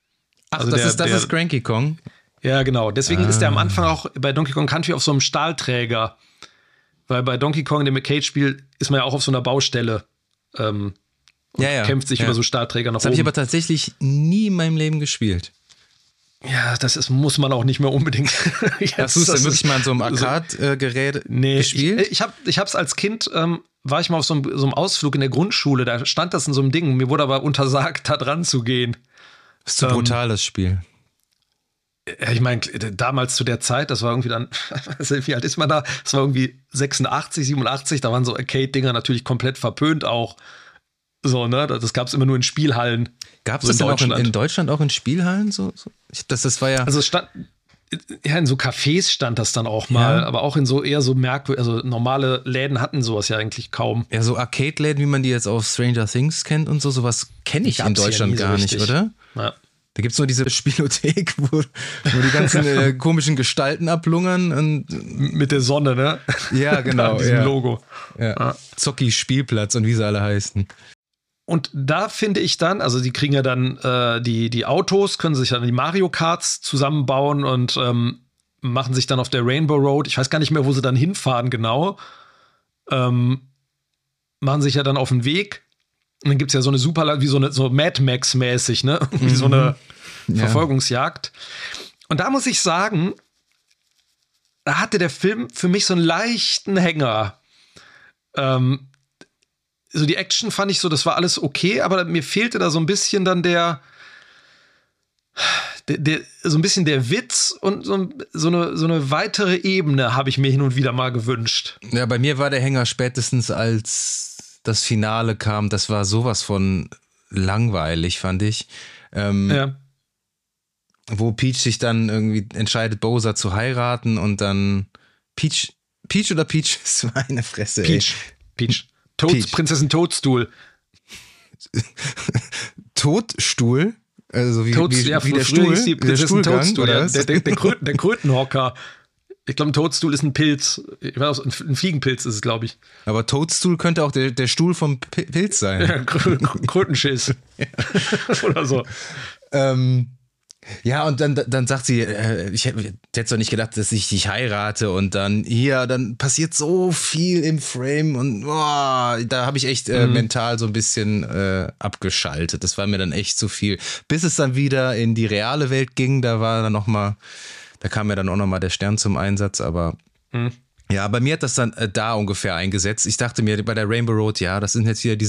Ach, Also das ist Cranky Kong? Ja, genau. Deswegen ist der am Anfang auch bei Donkey Kong Country auf so einem Stahlträger. Weil bei Donkey Kong, dem Arcade-Spiel, ist man ja auch auf so einer Baustelle. Und kämpft sich über so Stahlträger nach oben. Das habe ich aber tatsächlich nie in meinem Leben gespielt. Ja, muss man auch nicht mehr unbedingt. Hast du es denn wirklich mal an so einem Arcade-Gerät gespielt? Ich hab's als Kind, war ich mal auf so einem Ausflug in der Grundschule, da stand das in so einem Ding, mir wurde aber untersagt, da dran zu gehen. Das ist zu brutal, das Spiel. Ja, ich meine, damals zu der Zeit, das war irgendwie dann, wie alt ist man da? Das war irgendwie 86, 87, da waren so Arcade-Dinger natürlich komplett verpönt auch. So, ne? Das gab es immer nur in Spielhallen. Gab es das denn auch in Deutschland auch in Spielhallen? Das war ja. Also in so Cafés stand das dann auch mal, aber auch in so eher so also normale Läden hatten sowas ja eigentlich kaum. Ja, so Arcade-Läden, wie man die jetzt auf Stranger Things kennt und sowas kenne ich in Deutschland gar nicht, oder? Ja. Da gibt es nur diese Spielothek, wo die ganzen komischen Gestalten ablungern. Und mit der Sonne, ne? Ja, genau. Mit diesem Logo. Ja. Zocki-Spielplatz und wie sie alle heißen. Und da finde ich dann, also die kriegen ja dann die Autos, können sich dann die Mario Karts zusammenbauen und machen sich dann auf der Rainbow Road, ich weiß gar nicht mehr, wo sie dann hinfahren genau, machen sich ja dann auf den Weg. Und dann gibt es ja so eine wie so Mad Max-mäßig, ne? Wie so eine Verfolgungsjagd. Und da muss ich sagen, da hatte der Film für mich so einen leichten Hänger. So die Action fand ich so, das war alles okay, aber mir fehlte da so ein bisschen dann der so ein bisschen der Witz und so eine weitere Ebene habe ich mir hin und wieder mal gewünscht. Ja, bei mir war der Hänger spätestens, als das Finale kam, das war sowas von langweilig, fand ich. Wo Peach sich dann irgendwie entscheidet, Bowser zu heiraten und dann Peach oder Peach? Das war eine Fresse, Peach. Peach. Prinzessin Toadstuhl. Toadstuhl? Also wie der Stuhl? Die Prinzessin Toadstuhl, oder? Der Krötenhocker. Ich glaube, ein Toadstuhl ist ein Pilz. Ich weiß, ein Fliegenpilz ist es, glaube ich. Aber Toadstuhl könnte auch der Stuhl vom Pilz sein. Ja, Krötenschiss. Oder so. Ja, und dann sagt sie, ich hätte doch nicht gedacht, dass ich dich heirate. Und dann passiert so viel im Frame. Und da habe ich echt mental so ein bisschen abgeschaltet. Das war mir dann echt zu viel. Bis es dann wieder in die reale Welt ging, da kam ja dann auch nochmal der Stern zum Einsatz. Aber ja, bei mir hat das dann da ungefähr eingesetzt. Ich dachte mir bei der Rainbow Road, ja, das sind jetzt wieder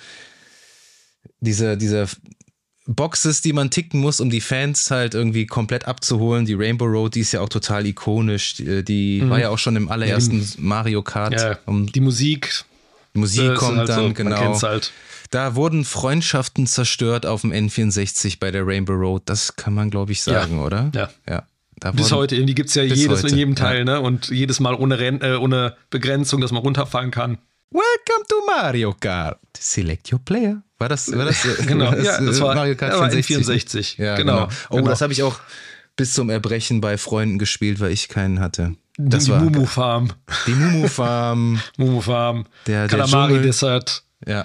diese Boxes, die man ticken muss, um die Fans halt irgendwie komplett abzuholen. Die Rainbow Road, die ist ja auch total ikonisch. Die war ja auch schon im allerersten Mario Kart. Ja, die Musik. Die Musik kommt halt dann, so, genau. Man kennt's halt. Da wurden Freundschaften zerstört auf dem N64 bei der Rainbow Road. Das kann man, glaube ich, sagen, oder? Ja. Bis heute, die gibt es ja in jedem Teil, ne? Und jedes Mal ohne Begrenzung, dass man runterfahren kann. Welcome to Mario Kart. Select your player. War das genau, das war Mario Kart 64. Ja, genau. Oh, das habe ich auch bis zum Erbrechen bei Freunden gespielt, weil ich keinen hatte. Die Mumu Farm. Die Mumu Farm. Mumu Farm. Der Kalamari Desert. Ja.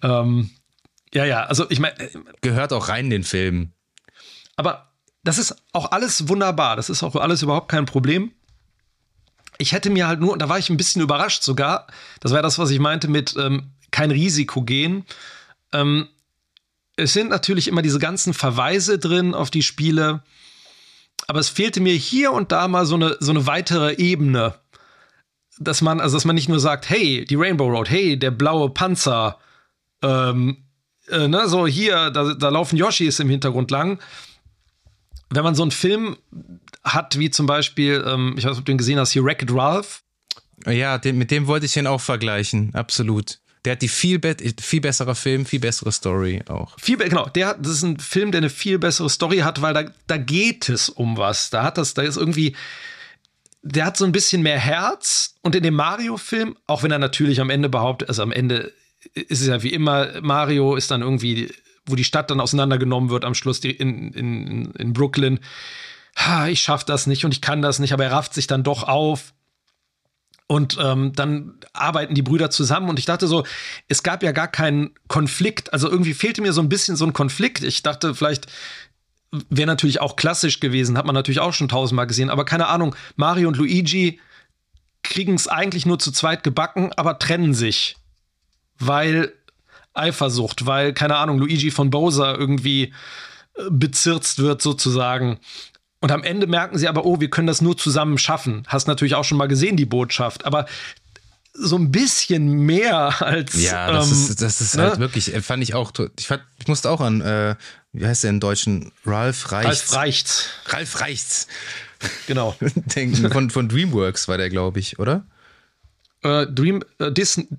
Also ich meine. Gehört auch rein in den Film. Aber das ist auch alles wunderbar. Das ist auch alles überhaupt kein Problem. Ich hätte mir halt nur, und da war ich ein bisschen überrascht sogar, das war das, was ich meinte mit kein Risiko gehen. Es sind natürlich immer diese ganzen Verweise drin auf die Spiele, aber es fehlte mir hier und da mal so eine weitere Ebene, dass man nicht nur sagt, hey, die Rainbow Road, hey, der blaue Panzer, so hier, da laufen Yoshis im Hintergrund lang. Wenn man so einen Film hat, wie zum Beispiel, ich weiß nicht, ob du ihn gesehen hast, hier Wreck-It Ralph. Ja, mit dem wollte ich den auch vergleichen, absolut. Der hat die viel bessere Film, viel bessere Story auch. Das ist ein Film, der eine viel bessere Story hat, weil da geht es um was. Der hat so ein bisschen mehr Herz. Und in dem Mario-Film, auch wenn er natürlich am Ende behauptet, also am Ende ist es ja wie immer, Mario ist dann irgendwie, wo die Stadt dann auseinandergenommen wird am Schluss in Brooklyn. Ich schaff das nicht und ich kann das nicht, aber er rafft sich dann doch auf. Und dann arbeiten die Brüder zusammen und ich dachte so, es gab ja gar keinen Konflikt. Also irgendwie fehlte mir so ein bisschen so ein Konflikt. Ich dachte vielleicht, wäre natürlich auch klassisch gewesen, hat man natürlich auch schon tausendmal gesehen, aber keine Ahnung, Mario und Luigi kriegen es eigentlich nur zu zweit gebacken, aber trennen sich, weil Eifersucht, weil, keine Ahnung, Luigi von Bowser irgendwie bezirzt wird sozusagen. Und am Ende merken sie aber, oh, wir können das nur zusammen schaffen. Hast natürlich auch schon mal gesehen, die Botschaft. Aber so ein bisschen mehr als... Ja, das ist ne? halt wirklich, fand ich auch... Ich musste auch an, wie heißt der im Deutschen? Ralf Reichts. Ralf Reichts. Genau. Denken. Von DreamWorks war der, glaube ich, oder? Disney...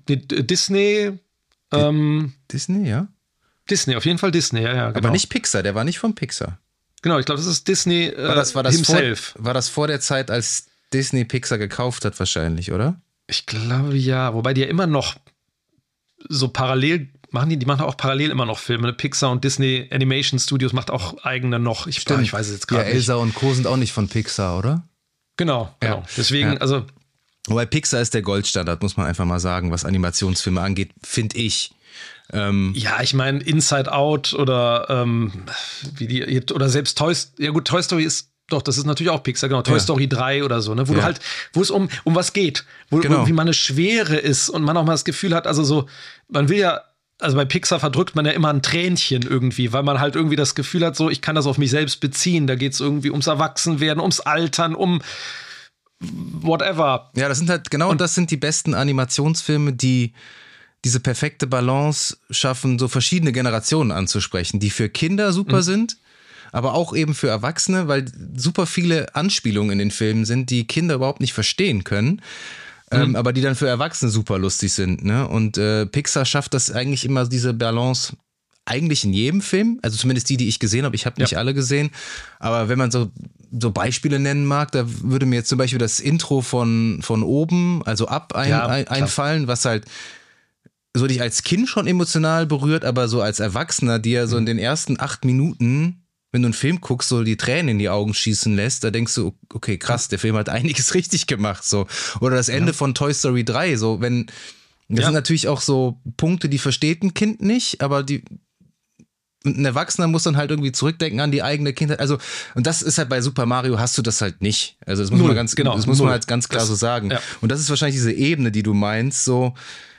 Disney, ja? Disney, auf jeden Fall Disney, ja, genau. Aber nicht Pixar, der war nicht von Pixar. Genau, ich glaube, das ist Disney war das himself. War das vor der Zeit, als Disney Pixar gekauft hat wahrscheinlich, oder? Ich glaube, ja. Wobei die ja immer noch so parallel machen, die machen auch parallel immer noch Filme. Pixar und Disney Animation Studios macht auch eigene noch. Ich weiß es jetzt gerade nicht. Elsa und Co. sind auch nicht von Pixar, oder? Genau. Ja. Deswegen, also... Wobei Pixar ist der Goldstandard, muss man einfach mal sagen, was Animationsfilme angeht, finde ich. Ja, ich meine, Inside Out oder oder selbst Toy Story ist, doch, das ist natürlich auch Pixar, genau, Toy Story 3 oder so, ne, wo es um was geht, wo irgendwie mal eine Schwere ist und man auch mal das Gefühl hat, also so, man will ja, also bei Pixar verdrückt man ja immer ein Tränchen irgendwie, weil man halt irgendwie das Gefühl hat, so, ich kann das auf mich selbst beziehen, da geht es irgendwie ums Erwachsenwerden, ums Altern, um whatever. Ja, das sind halt, das sind die besten Animationsfilme, die diese perfekte Balance schaffen, so verschiedene Generationen anzusprechen, die für Kinder super sind, aber auch eben für Erwachsene, weil super viele Anspielungen in den Filmen sind, die Kinder überhaupt nicht verstehen können, aber die dann für Erwachsene super lustig sind. Ne? Und Pixar schafft das eigentlich immer, diese Balance eigentlich in jedem Film, also zumindest die ich gesehen habe, ich habe nicht alle gesehen, aber wenn man so Beispiele nennen mag, da würde mir jetzt zum Beispiel das Intro von oben, also Up einfallen, was halt so dich als Kind schon emotional berührt, aber so als Erwachsener, dir so in den ersten 8 Minuten, wenn du einen Film guckst, so die Tränen in die Augen schießen lässt, da denkst du, okay, krass, der Film hat einiges richtig gemacht, so. Oder das Ende von Toy Story 3, so, das sind natürlich auch so Punkte, die versteht ein Kind nicht, aber ein Erwachsener muss dann halt irgendwie zurückdenken an die eigene Kindheit. Also, und das ist halt bei Super Mario, hast du das halt nicht. Also, das muss man halt ganz klar so sagen. Ja. Und das ist wahrscheinlich diese Ebene, die du meinst, so,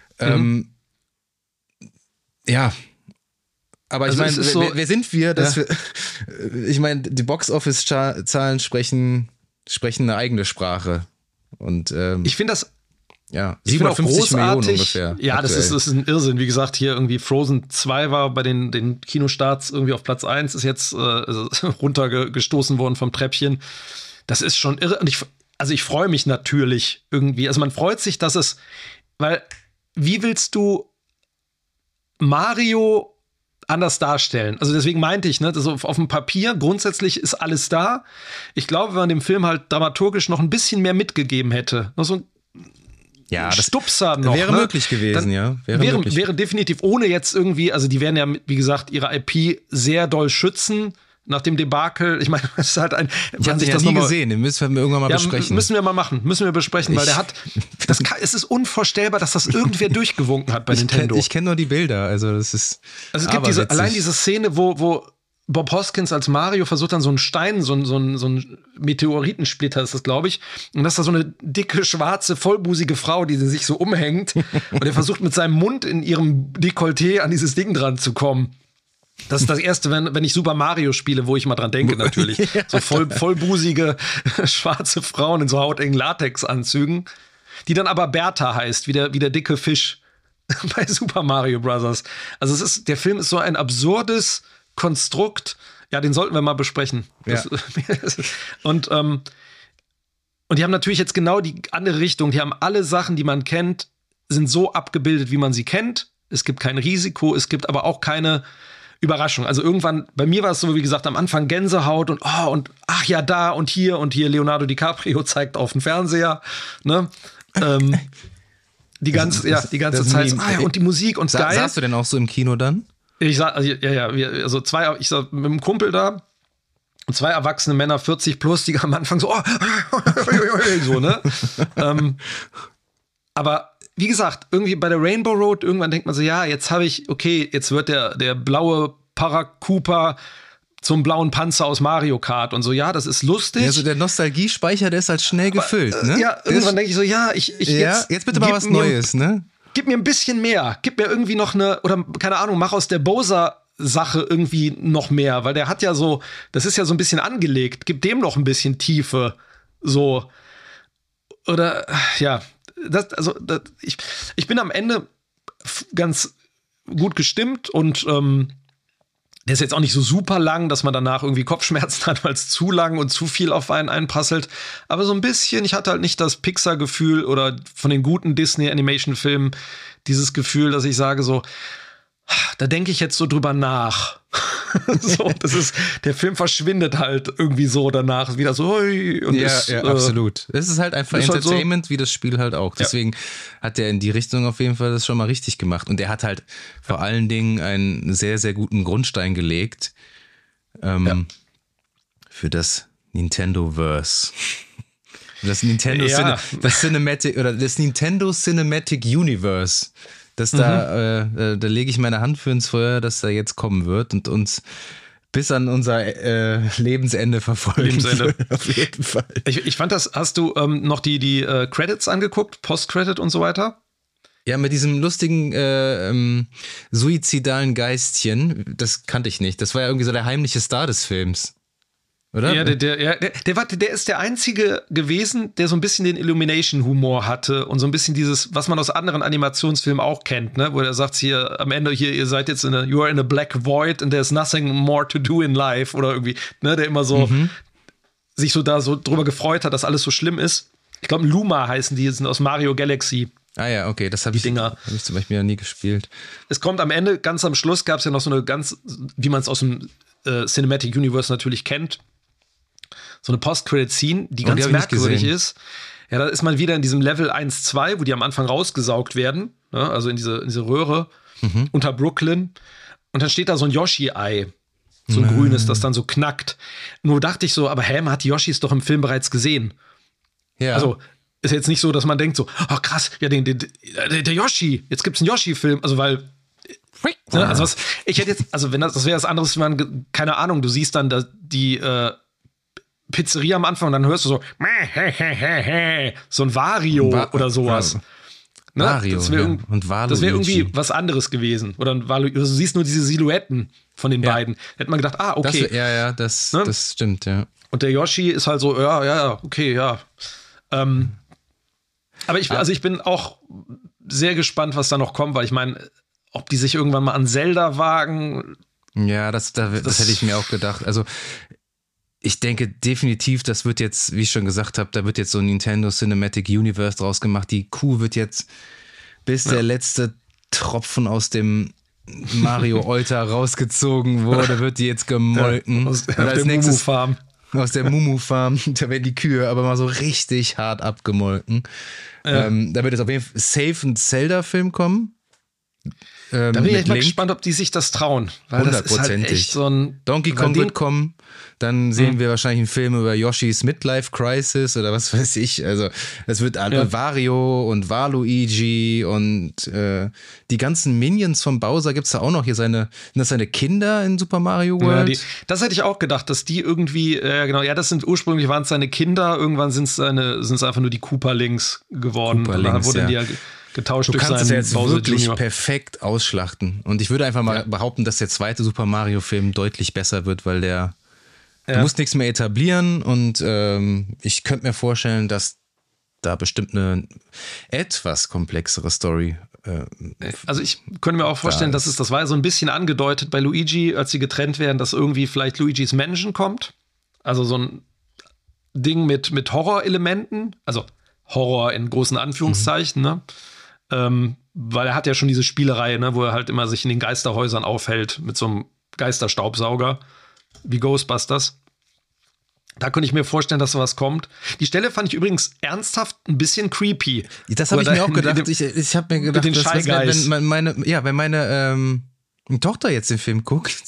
ja. Aber ich meine, wer sind wir, dass wir, ich meine, die Box-Office-Zahlen sprechen eine eigene Sprache. Und, ich finde das, ja, 57 Millionen ungefähr. Ja, das ist ein Irrsinn. Wie gesagt, hier irgendwie Frozen 2 war bei den Kinostarts irgendwie auf Platz 1, ist jetzt runtergestoßen worden vom Treppchen. Das ist schon irre. Und ich freue mich natürlich irgendwie. Also man freut sich, dass es, weil wie willst du Mario anders darstellen? Also deswegen meinte ich, ne, also auf dem Papier grundsätzlich ist alles da. Ich glaube, wenn man dem Film halt dramaturgisch noch ein bisschen mehr mitgegeben hätte, noch so ein das Stupser noch. Wäre möglich gewesen, Wäre definitiv, ohne jetzt irgendwie, also die werden ja, wie gesagt, ihre IP sehr doll schützen nach dem Debakel. Ich meine, das ist halt ich habe das nie gesehen, den müssen wir irgendwann mal besprechen. Müssen wir besprechen, weil es ist unvorstellbar, dass das irgendwer durchgewunken hat bei Nintendo. Ich kenn nur die Bilder, also das ist es gibt allein diese Szene, wo Bob Hoskins als Mario versucht dann so einen Stein, so einen Meteoritensplitter ist das, glaube ich. Und das ist da so eine dicke, schwarze, vollbusige Frau, die sich so umhängt. Und er versucht mit seinem Mund in ihrem Dekolleté an dieses Ding dran zu kommen. Das ist das Erste, wenn ich Super Mario spiele, wo ich mal dran denke natürlich. So vollbusige, schwarze Frauen in so hautengen Latexanzügen, die dann aber Bertha heißt, wie der dicke Fisch bei Super Mario Bros. Also der Film ist so ein absurdes Konstrukt, ja, den sollten wir mal besprechen. Ja. Und die haben natürlich jetzt genau die andere Richtung. Die haben alle Sachen, die man kennt, sind so abgebildet, wie man sie kennt. Es gibt kein Risiko, es gibt aber auch keine Überraschung. Also irgendwann, bei mir war es so, wie gesagt, am Anfang Gänsehaut und ach ja, da und hier Leonardo DiCaprio zeigt auf dem Fernseher, ne? Die ganze Zeit. Und die Musik und geil. Saßt du denn auch so im Kino dann? Ich sag, ich saß mit einem Kumpel da und 2 erwachsene Männer, 40 plus, die am Anfang so, so, ne? Aber wie gesagt, irgendwie bei der Rainbow Road, irgendwann denkt man so, ja, jetzt wird der blaue Paracupa zum blauen Panzer aus Mario Kart und so, ja, das ist lustig. Ja, so der Nostalgiespeicher, der ist halt schnell gefüllt, ne? Ja, irgendwann denke ich so, jetzt bitte mal was Neues, ne? Gib mir ein bisschen mehr, gib mir irgendwie noch oder keine Ahnung, mach aus der Bowser-Sache irgendwie noch mehr, weil der hat ja so, das ist ja so ein bisschen angelegt, gib dem noch ein bisschen Tiefe, so. Oder, ja, ich bin am Ende ganz gut gestimmt und der ist jetzt auch nicht so super lang, dass man danach irgendwie Kopfschmerzen hat, weil es zu lang und zu viel auf einen einprasselt. Aber so ein bisschen, ich hatte halt nicht das Pixar-Gefühl oder von den guten Disney-Animation-Filmen dieses Gefühl, dass ich sage so, da denke ich jetzt so drüber nach. So, der Film verschwindet halt irgendwie so danach, wieder so, hui, und ja, absolut. Es ist halt einfach Entertainment, halt so, wie das Spiel halt auch. Deswegen hat er in die Richtung auf jeden Fall das schon mal richtig gemacht. Und er hat halt vor allen Dingen einen sehr, sehr guten Grundstein gelegt für das Nintendo-Verse. Das Nintendo Cinematic Universe. Da lege ich meine Hand für ins Feuer, dass da jetzt kommen wird und uns bis an unser Lebensende verfolgen wird, auf jeden Fall. Ich fand das, hast du noch die Credits angeguckt, Post-Credit und so weiter? Ja, mit diesem lustigen suizidalen Geistchen, das kannte ich nicht. Das war ja irgendwie so der heimliche Star des Films. Oder? Ja, der ist der Einzige gewesen, der so ein bisschen den Illumination-Humor hatte und so ein bisschen dieses, was man aus anderen Animationsfilmen auch kennt, ne? Wo er sagt hier am Ende hier, ihr seid jetzt you are in a black void and there's nothing more to do in life oder irgendwie, ne? Der immer so sich so da so drüber gefreut hat, dass alles so schlimm ist. Ich glaube, Luma heißen die, sind aus Mario Galaxy. Ah ja, okay, das habe ich zum Beispiel ja nie gespielt. Es kommt am Ende, ganz am Schluss gab es ja noch so eine ganz, wie man es aus dem Cinematic Universe natürlich kennt, so eine Post-Credit-Scene, die ganz merkwürdig ist. Ja, da ist man wieder in diesem Level 1-2, wo die am Anfang rausgesaugt werden, ne? Also in diese Röhre unter Brooklyn. Und dann steht da so ein Yoshi-Ei, so ein grünes, das dann so knackt. Nur dachte ich so, aber man hat die Yoshis doch im Film bereits gesehen. Ja. Also ist jetzt nicht so, dass man denkt so, oh krass, ja, der Yoshi, jetzt gibt's einen Yoshi-Film, also weil ne, also ich hätte jetzt, also wenn das wäre was anderes, wenn man, keine Ahnung, du siehst dann die Pizzeria am Anfang und dann hörst du so ein Wario oder sowas. Ne? Wario, das wäre irgendwie was anderes gewesen. Oder du siehst nur diese Silhouetten von den beiden. Da hätte man gedacht, okay. Das stimmt, ja. Und der Yoshi ist halt so, okay, ja. Aber ich bin auch sehr gespannt, was da noch kommt, weil ich meine, ob die sich irgendwann mal an Zelda wagen. Ja, das hätte ich mir auch gedacht. Also ich denke definitiv, das wird jetzt, wie ich schon gesagt habe, da wird jetzt so ein Nintendo Cinematic Universe draus gemacht. Die Kuh wird jetzt, bis der letzte Tropfen aus dem Mario Euter rausgezogen wurde, wird die jetzt gemolken. Aus der Mumu-Farm. Aus der Mumu-Farm, da werden die Kühe aber mal so richtig hart abgemolken. Ja. Da wird jetzt auf jeden Fall safe ein Zelda-Film kommen. Da bin ich echt mal gespannt, ob die sich das trauen. Weil das ist halt echt so ein... Donkey Kong wird kommen. Dann sehen wir wahrscheinlich einen Film über Yoshis Midlife Crisis oder was weiß ich. Also es wird Wario und Waluigi und die ganzen Minions vom Bowser gibt es da auch noch. Sind das seine Kinder in Super Mario World? Ja, das hätte ich auch gedacht, dass die irgendwie, das sind ursprünglich waren es seine Kinder, irgendwann sind es einfach nur die Koopa-Links geworden. Koopa-Links, wurden die getauscht du durch kannst es ja jetzt Bowser wirklich Junior. perfekt ausschlachten. Und ich würde einfach mal behaupten, dass der zweite Super Mario-Film deutlich besser wird, weil du musst nichts mehr etablieren und ich könnte mir vorstellen, dass da bestimmt eine etwas komplexere Story also ich könnte mir auch vorstellen, das war ja so ein bisschen angedeutet bei Luigi, als sie getrennt werden, dass irgendwie vielleicht Luigis Mansion kommt. Also so ein Ding mit Horrorelementen, also Horror in großen Anführungszeichen, ne? Weil er hat ja schon diese Spielereihe, ne, wo er halt immer sich in den Geisterhäusern aufhält mit so einem Geisterstaubsauger wie Ghostbusters. Da könnte ich mir vorstellen, dass sowas kommt. Die Stelle fand ich übrigens ernsthaft ein bisschen creepy. Das habe ich mir auch gedacht. Ich habe mir gedacht, wenn meine Tochter jetzt den Film guckt,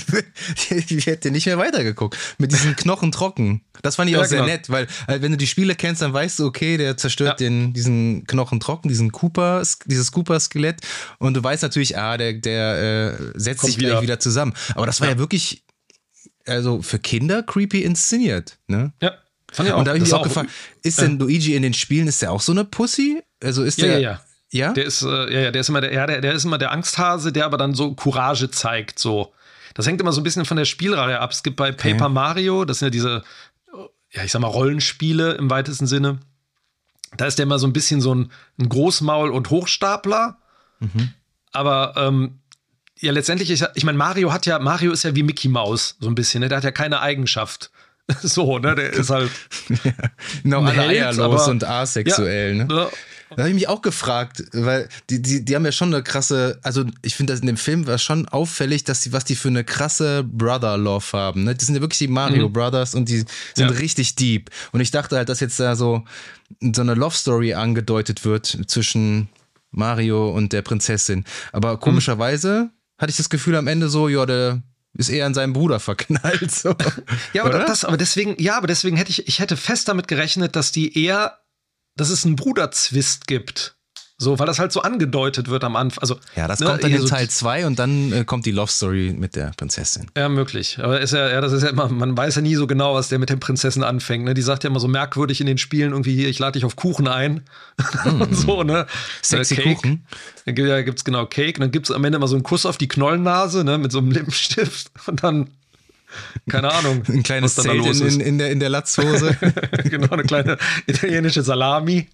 die hätte nicht mehr weitergeguckt. Mit diesen Knochen trocken. Das fand ich auch sehr nett, weil wenn du die Spiele kennst, dann weißt du, okay, der zerstört diesen Knochen trocken, dieses Cooper-Skelett. Und du weißt natürlich, der setzt sich gleich wieder zusammen. Aber das war ja wirklich also für Kinder creepy inszeniert, ne? Ja, fand ich auch. Und da habe ich mich auch gefragt, ist denn Luigi in den Spielen, ist der auch so eine Pussy? Also ist der... Ja. Ja? Der ist, der ist immer der ist immer der Angsthase, der aber dann so Courage zeigt, so. Das hängt immer so ein bisschen von der Spielreihe ab. Es gibt bei Paper Mario, das sind ja diese, ja, ich sag mal, Rollenspiele im weitesten Sinne. Da ist der immer so ein bisschen so ein Großmaul und Hochstapler. Aber ja, letztendlich, ich meine, Mario ist ja wie Mickey Mouse, so ein bisschen, ne? Der hat ja keine Eigenschaft. So, ne? Der ist halt. Noch alle Held, eierlos und asexuell, ne? Ja. Da habe ich mich auch gefragt, weil die haben ja schon eine krasse, also ich finde, das in dem Film war schon auffällig, dass was die für eine krasse Brother-Love haben. Ne? Die sind ja wirklich die Mario Brothers und die sind richtig deep. Und ich dachte halt, dass jetzt da so eine Love-Story angedeutet wird zwischen Mario und der Prinzessin. Aber komischerweise hatte ich das Gefühl am Ende so, ja, der ist eher an seinem Bruder verknallt. So. Ja, aber deswegen hätte ich hätte fest damit gerechnet, dass es einen Bruderzwist gibt. So, weil das halt so angedeutet wird am Anfang. Also, ja, das kommt dann in Teil 2 und dann kommt die Love Story mit der Prinzessin. Ja, möglich. Aber das ist ja immer, man weiß ja nie so genau, was der mit den Prinzessin anfängt. Ne? Die sagt ja immer so merkwürdig in den Spielen irgendwie hier, ich lade dich auf Kuchen ein. Und so, ne? Sexy Cake. Kuchen. Dann gibt's genau Cake. Und dann gibt's am Ende immer so einen Kuss auf die Knollennase, ne? Mit so einem Lippenstift. Und dann keine Ahnung. Ein kleines Zelt in der Latzhose. Genau, eine kleine italienische Salami.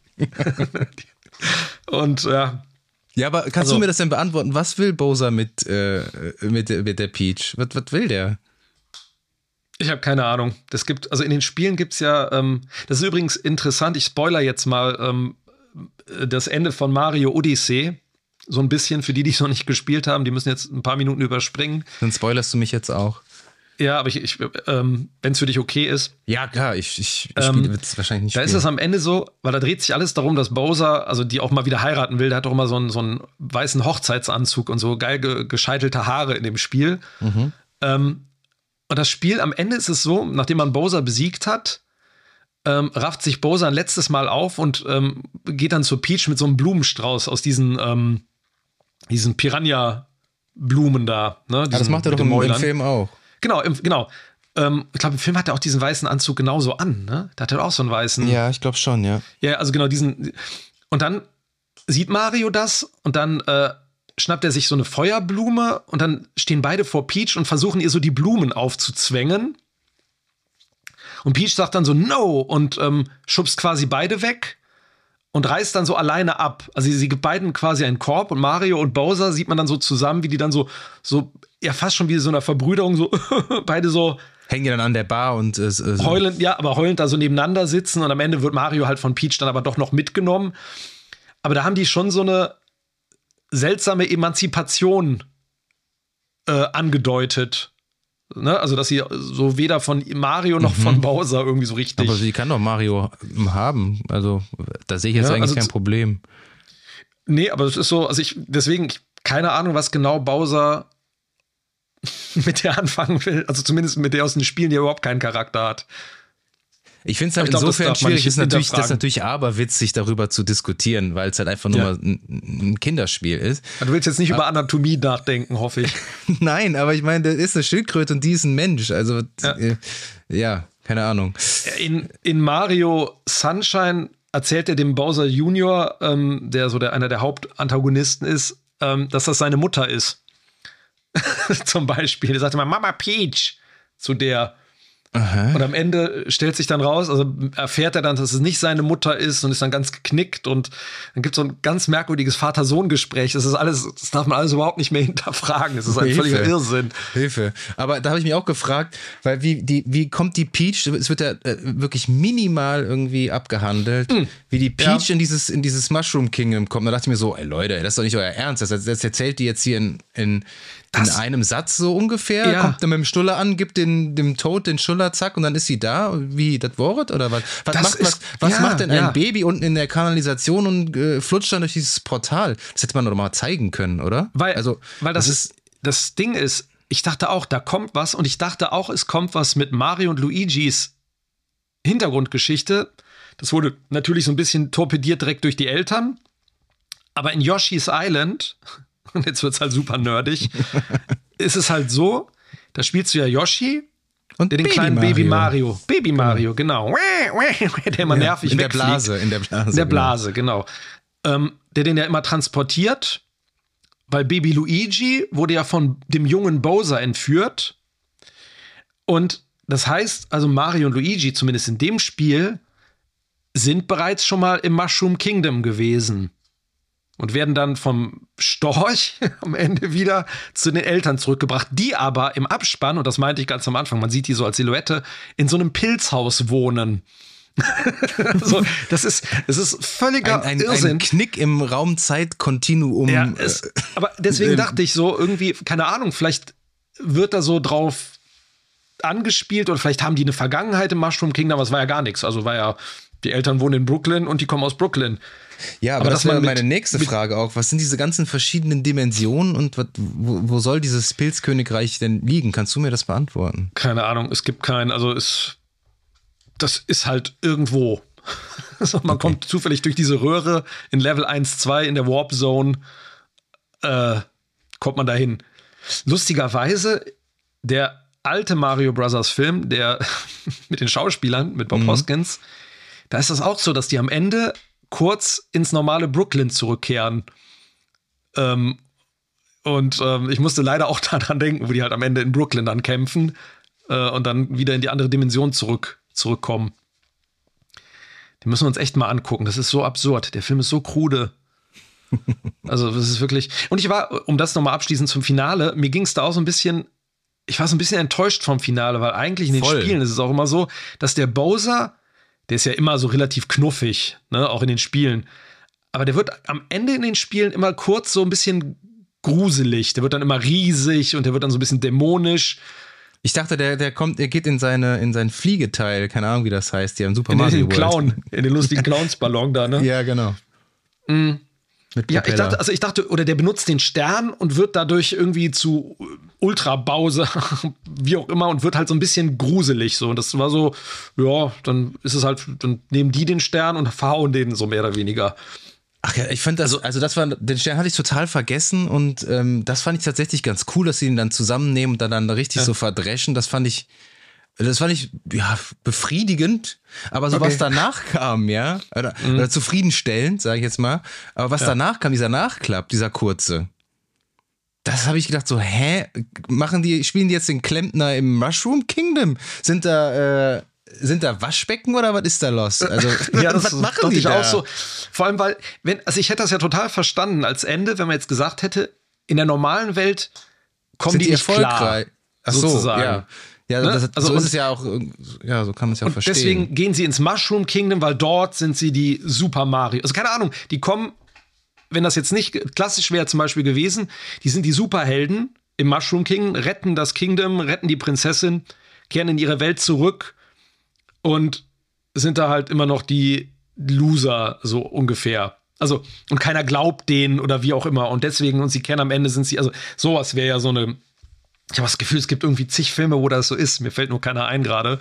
Und ja. Ja, aber kannst du mir das denn beantworten? Was will Bowser mit der Peach? Was will der? Ich habe keine Ahnung. Also in den Spielen gibt's ja, das ist übrigens interessant, ich spoiler jetzt mal das Ende von Mario Odyssey. So ein bisschen, für die es noch nicht gespielt haben, die müssen jetzt ein paar Minuten überspringen. Dann spoilerst du mich jetzt auch. Ja, aber wenn es für dich okay ist. Ja, klar, ich spiele es wahrscheinlich nicht. Da ist es am Ende so, weil da dreht sich alles darum, dass Bowser, also die auch mal wieder heiraten will, der hat doch immer so einen weißen Hochzeitsanzug und so geil gescheitelte Haare in dem Spiel. Und das Spiel, am Ende ist es so, nachdem man Bowser besiegt hat, rafft sich Bowser ein letztes Mal auf und geht dann zur Peach mit so einem Blumenstrauß aus diesen Piranha-Blumen da. Ne? Das macht er doch im Film auch. Genau. Ich glaube, im Film hat er auch diesen weißen Anzug genauso an, ne? Da hat er auch so einen weißen. Ja, ich glaube schon, ja. Ja, also genau diesen. Und dann sieht Mario das und dann schnappt er sich so eine Feuerblume und dann stehen beide vor Peach und versuchen ihr so die Blumen aufzuzwängen. Und Peach sagt dann so no und schubst quasi beide weg und reißt dann so alleine ab. Also sie gibt beiden quasi einen Korb und Mario und Bowser sieht man dann so zusammen, wie die dann so ja fast schon wie so einer Verbrüderung so beide so hängen die dann an der Bar und heulend da so nebeneinander sitzen und am Ende wird Mario halt von Peach dann aber doch noch mitgenommen. Aber da haben die schon so eine seltsame Emanzipation angedeutet. Ne? Also, dass sie so weder von Mario noch von Bowser irgendwie so richtig. Aber sie kann doch Mario haben. Also, da sehe ich jetzt eigentlich kein Problem. Nee, aber es ist so, also keine Ahnung, was genau Bowser mit der anfangen will. Also zumindest mit der aus den Spielen, die überhaupt keinen Charakter hat. Ich finde es halt insofern schwierig, das ist natürlich aberwitzig, darüber zu diskutieren, weil es halt einfach nur mal ein Kinderspiel ist. Du willst jetzt nicht über Anatomie nachdenken, hoffe ich. Nein, aber ich meine, das ist eine Schildkröte und die ist ein Mensch. Also, ja keine Ahnung. In Mario Sunshine erzählt er dem Bowser Junior, der so einer der Hauptantagonisten ist, dass das seine Mutter ist. Zum Beispiel. Er sagte mal, Mama Peach zu der. Aha. Und am Ende stellt sich dann raus, also erfährt er dann, dass es nicht seine Mutter ist und ist dann ganz geknickt und dann gibt es so ein ganz merkwürdiges Vater-Sohn-Gespräch. Das darf man alles überhaupt nicht mehr hinterfragen. Das ist ein völliger Irrsinn. Hilfe. Aber da habe ich mich auch gefragt, weil wie kommt die Peach, es wird ja wirklich minimal irgendwie abgehandelt, wie die Peach in dieses Mushroom Kingdom kommt. Da dachte ich mir so, ey Leute, das ist doch nicht euer Ernst. Das erzählt die jetzt hier in einem Satz so ungefähr, kommt dann mit dem Stuller an, gibt dem Toad den Stuller, zack, und dann ist sie da, wie das Wort oder was? Was macht denn ein Baby unten in der Kanalisation und flutscht dann durch dieses Portal? Das hätte man doch mal zeigen können, oder? Weil das Ding ist, ich dachte auch, da kommt was und ich dachte auch, es kommt was mit Mario und Luigis Hintergrundgeschichte. Das wurde natürlich so ein bisschen torpediert direkt durch die Eltern, aber in Yoshi's Island und jetzt wird es halt super nerdig, ist es halt so, da spielst du ja Yoshi Und der den kleinen Baby Mario, genau. Der immer nervig wegfliegt. In der Blase, genau. Der den ja immer transportiert, weil Baby Luigi wurde ja von dem jungen Bowser entführt. Und das heißt, also Mario und Luigi, zumindest in dem Spiel, sind bereits schon mal im Mushroom Kingdom gewesen. Und werden dann vom Storch am Ende wieder zu den Eltern zurückgebracht, die aber im Abspann, und das meinte ich ganz am Anfang, man sieht die so als Silhouette, in so einem Pilzhaus wohnen. So, das ist völliger Irrsinn. Ein Knick im Raum-Zeit-Kontinuum. Ja, aber deswegen dachte ich so, irgendwie, keine Ahnung, vielleicht wird da so drauf angespielt oder vielleicht haben die eine Vergangenheit im Mushroom Kingdom, aber es war ja gar nichts. Also war ja, die Eltern wohnen in Brooklyn und die kommen aus Brooklyn. Ja, aber das wäre meine nächste Frage auch. Was sind diese ganzen verschiedenen Dimensionen und wo soll dieses Pilzkönigreich denn liegen? Kannst du mir das beantworten? Keine Ahnung, es gibt keinen, also das ist halt irgendwo. Also man kommt zufällig durch diese Röhre in Level 1, 2 in der Warp Zone, kommt man dahin. Lustigerweise, der alte Mario Bros. Film, der mit den Schauspielern, mit Bob Hoskins, da ist das auch so, dass die am Ende kurz ins normale Brooklyn zurückkehren. Ich musste leider auch daran denken, wo die halt am Ende in Brooklyn dann kämpfen und dann wieder in die andere Dimension zurückkommen. Den müssen wir uns echt mal angucken. Das ist so absurd. Der Film ist so krude. Also, das ist wirklich. Und ich war, um das nochmal abschließend zum Finale, mir ging es da auch so ein bisschen. Ich war so ein bisschen enttäuscht vom Finale, weil eigentlich in den Spielen ist es auch immer so, dass der Bowser, der ist ja immer so relativ knuffig, ne, auch in den Spielen. Aber der wird am Ende in den Spielen immer kurz so ein bisschen gruselig. Der wird dann immer riesig und der wird dann so ein bisschen dämonisch. Ich dachte, der geht in sein Fliegeteil, keine Ahnung, wie das heißt, hier im Super Mario World. In den lustigen Clownsballon da, ne? Ja, genau. Ja, ich dachte, oder der benutzt den Stern und wird dadurch irgendwie zu Ultra Bowser, wie auch immer, und wird halt so ein bisschen gruselig so. Und das war so, ja, dann ist es halt, dann nehmen die den Stern und verhauen den so mehr oder weniger. Ach ja, ich fand das, den Stern hatte ich total vergessen und das fand ich tatsächlich ganz cool, dass sie ihn dann zusammennehmen und dann richtig so verdreschen. Das fand ich ja befriedigend, aber so was danach kam, ja, oder zufriedenstellend, sage ich jetzt mal. Aber was danach kam, dieser Nachklapp, dieser kurze, das habe ich gedacht so, spielen die jetzt den Klempner im Mushroom Kingdom? Sind da Waschbecken oder was ist da los? Also, ja, das was machen die ich da? auch so. Vor allem, weil, ich hätte das ja total verstanden als Ende, wenn man jetzt gesagt hätte, in der normalen Welt kommen die nicht klar. Ach so, sozusagen. ja. Ja, Ne? so ist es ja auch, ja, so kann man es ja und verstehen. Deswegen gehen sie ins Mushroom Kingdom, weil dort sind sie die Super Mario. Also keine Ahnung, die kommen, wenn das jetzt nicht klassisch wäre zum Beispiel gewesen, die sind die Superhelden im Mushroom Kingdom, retten das Kingdom, retten die Prinzessin, kehren in ihre Welt zurück und sind da halt immer noch die Loser, so ungefähr. Also, und keiner glaubt denen oder wie auch immer. Und deswegen, und sie kennen am Ende, sind sie, also sowas wäre ja so eine. Ich habe das Gefühl, es gibt irgendwie zig Filme, wo das so ist. Mir fällt nur keiner ein gerade.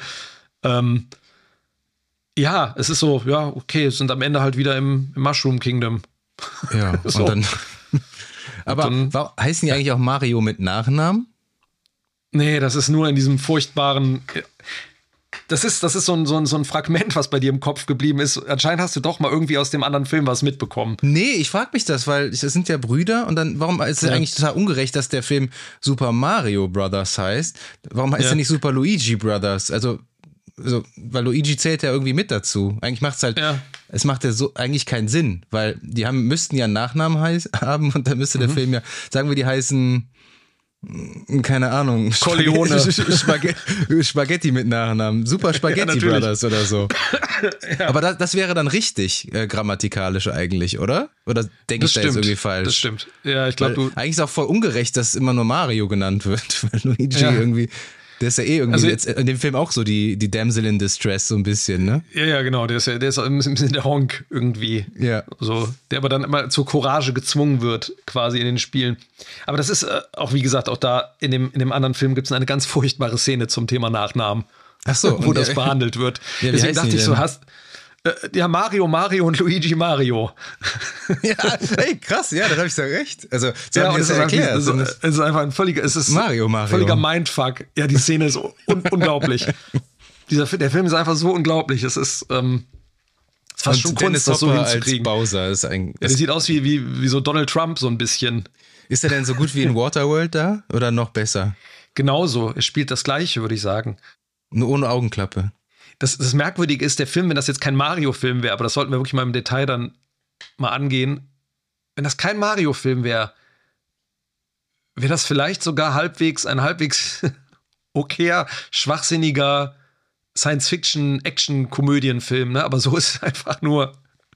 Ja, es ist so, ja, okay, sind am Ende halt wieder im Mushroom Kingdom. Ja, so. Und dann. Aber heißen die eigentlich auch Mario mit Nachnamen? Nee, das ist nur in diesem furchtbaren. Das ist so ein Fragment, was bei dir im Kopf geblieben ist. Anscheinend hast du doch mal irgendwie aus dem anderen Film was mitbekommen. Nee, ich frage mich das, weil das sind ja Brüder und dann, warum ist es eigentlich total ungerecht, dass der Film Super Mario Brothers heißt? Warum heißt er nicht Super Luigi Brothers? Also, weil Luigi zählt ja irgendwie mit dazu. Eigentlich macht es halt, es macht ja so eigentlich keinen Sinn, weil die müssten ja einen Nachnamen haben und dann müsste der Film ja, sagen wir, die heißen, keine Ahnung, Corleone. Spaghetti mit Nachnamen. Super Spaghetti Brothers oder so. Aber das wäre dann richtig grammatikalisch eigentlich, oder? Oder denke ich da jetzt irgendwie falsch? Das stimmt. Ja, ich glaube, eigentlich ist es auch voll ungerecht, dass immer nur Mario genannt wird, weil Luigi irgendwie. Der ist ja irgendwie jetzt in dem Film auch so die Damsel in Distress so ein bisschen, ne? Ja, genau. Der ist ein bisschen der Honk irgendwie. Ja. So, der aber dann immer zur Courage gezwungen wird, quasi in den Spielen. Aber das ist auch, wie gesagt, auch da in dem anderen Film gibt es eine ganz furchtbare Szene zum Thema Nachnamen. Ach so. Wo das behandelt wird. Ja, deswegen dachte ich so, Ja, Mario und Luigi Mario. Ja, ey, krass, ja, da habe ich so recht. Also, so Ja, haben und die es das ist, ja erklärt. erklärt. Es ist einfach ein völliger Mario. völliger Mindfuck. Ja, die Szene ist unglaublich. Der Film ist einfach so unglaublich. Es ist fast schon Kunst, das so hinzukriegen. Als Bowser ist ein. Der sieht aus wie so Donald Trump, so ein bisschen. Ist er denn so gut wie in Waterworld da? Oder noch besser? Genauso. Er spielt das Gleiche, würde ich sagen. Nur ohne Augenklappe. Das Merkwürdige ist, der Film, wenn das jetzt kein Mario-Film wäre, aber das sollten wir wirklich mal im Detail dann mal angehen. Wenn das kein Mario-Film wäre, wäre das vielleicht sogar ein halbwegs okayer, schwachsinniger Science-Fiction-Action-Komödienfilm, ne? Aber so ist es einfach nur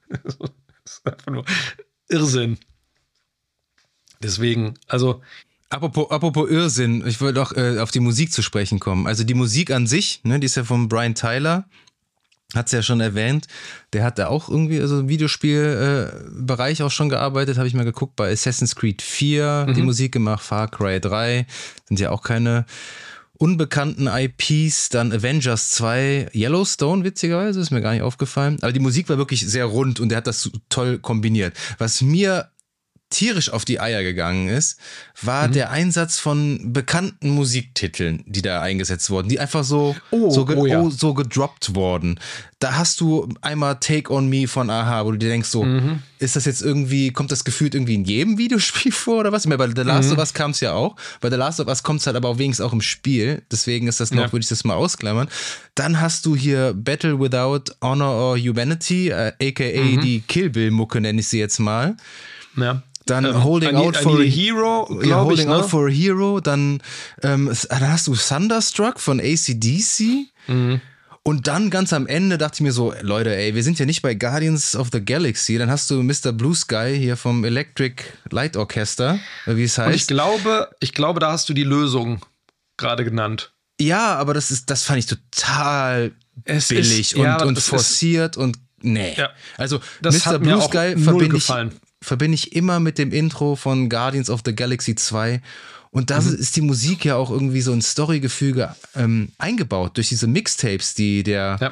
Irrsinn. Deswegen, also. Apropos Irrsinn, ich wollte auch auf die Musik zu sprechen kommen. Also die Musik an sich, ne, die ist ja von Brian Tyler, hat es ja schon erwähnt. Der hat da auch irgendwie im Videospielbereich auch schon gearbeitet, habe ich mal geguckt, bei Assassin's Creed 4 die Musik gemacht, Far Cry 3, sind ja auch keine unbekannten IPs, dann Avengers 2, Yellowstone, witzigerweise, ist mir gar nicht aufgefallen. Aber die Musik war wirklich sehr rund und der hat das toll kombiniert. Was mir tierisch auf die Eier gegangen ist, war der Einsatz von bekannten Musiktiteln, die da eingesetzt wurden, die einfach so gedroppt wurden. Da hast du einmal Take on Me von Aha, wo du dir denkst so, ist das jetzt irgendwie, kommt das gefühlt irgendwie in jedem Videospiel vor oder was? Bei The Last of Us kam es ja auch. Bei The Last of Us kommt es halt aber auch wenigstens auch im Spiel. Deswegen ist das noch, würde ich das mal ausklammern. Dann hast du hier Battle Without Honor or Humanity, aka die Kill Bill-Mucke nenne ich sie jetzt mal. Ja. Dann Holding Out for a Hero, Holding Out for a Hero. Dann hast du Thunderstruck von AC/DC. Und dann ganz am Ende dachte ich mir so, Leute, ey, wir sind ja nicht bei Guardians of the Galaxy. Dann hast du Mr. Blue Sky hier vom Electric Light Orchestra, wie es heißt. Und ich glaube, da hast du die Lösung gerade genannt. Ja, aber das fand ich total billig und forciert und nee. Ja, also das Mr. Blue Sky verbinde ich immer mit dem Intro von Guardians of the Galaxy 2. Und da ist die Musik ja auch irgendwie so ein Storygefüge eingebaut durch diese Mixtapes, die der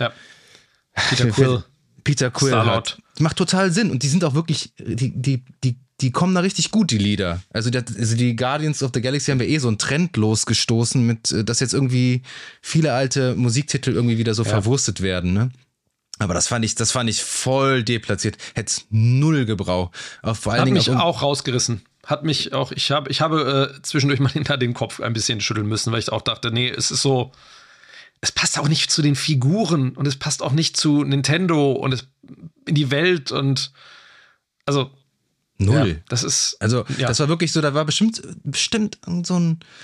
Peter Quill hat. Das macht total Sinn. Und die sind auch wirklich, die kommen da richtig gut, die Lieder. Also die Guardians of the Galaxy haben ja so einen Trend losgestoßen, mit, dass jetzt irgendwie viele alte Musiktitel irgendwie wieder so verwurstet werden, ne? Aber das fand ich voll deplatziert. Hätte es null gebraucht. Vor allen Dingen mich auch rausgerissen. Hat mich auch, ich habe zwischendurch mal hinter den Kopf ein bisschen schütteln müssen, weil ich auch dachte, nee, es ist so, es passt auch nicht zu den Figuren und es passt auch nicht zu Nintendo und in die Welt und also null. Ja, das ist, das war wirklich so, da war bestimmt so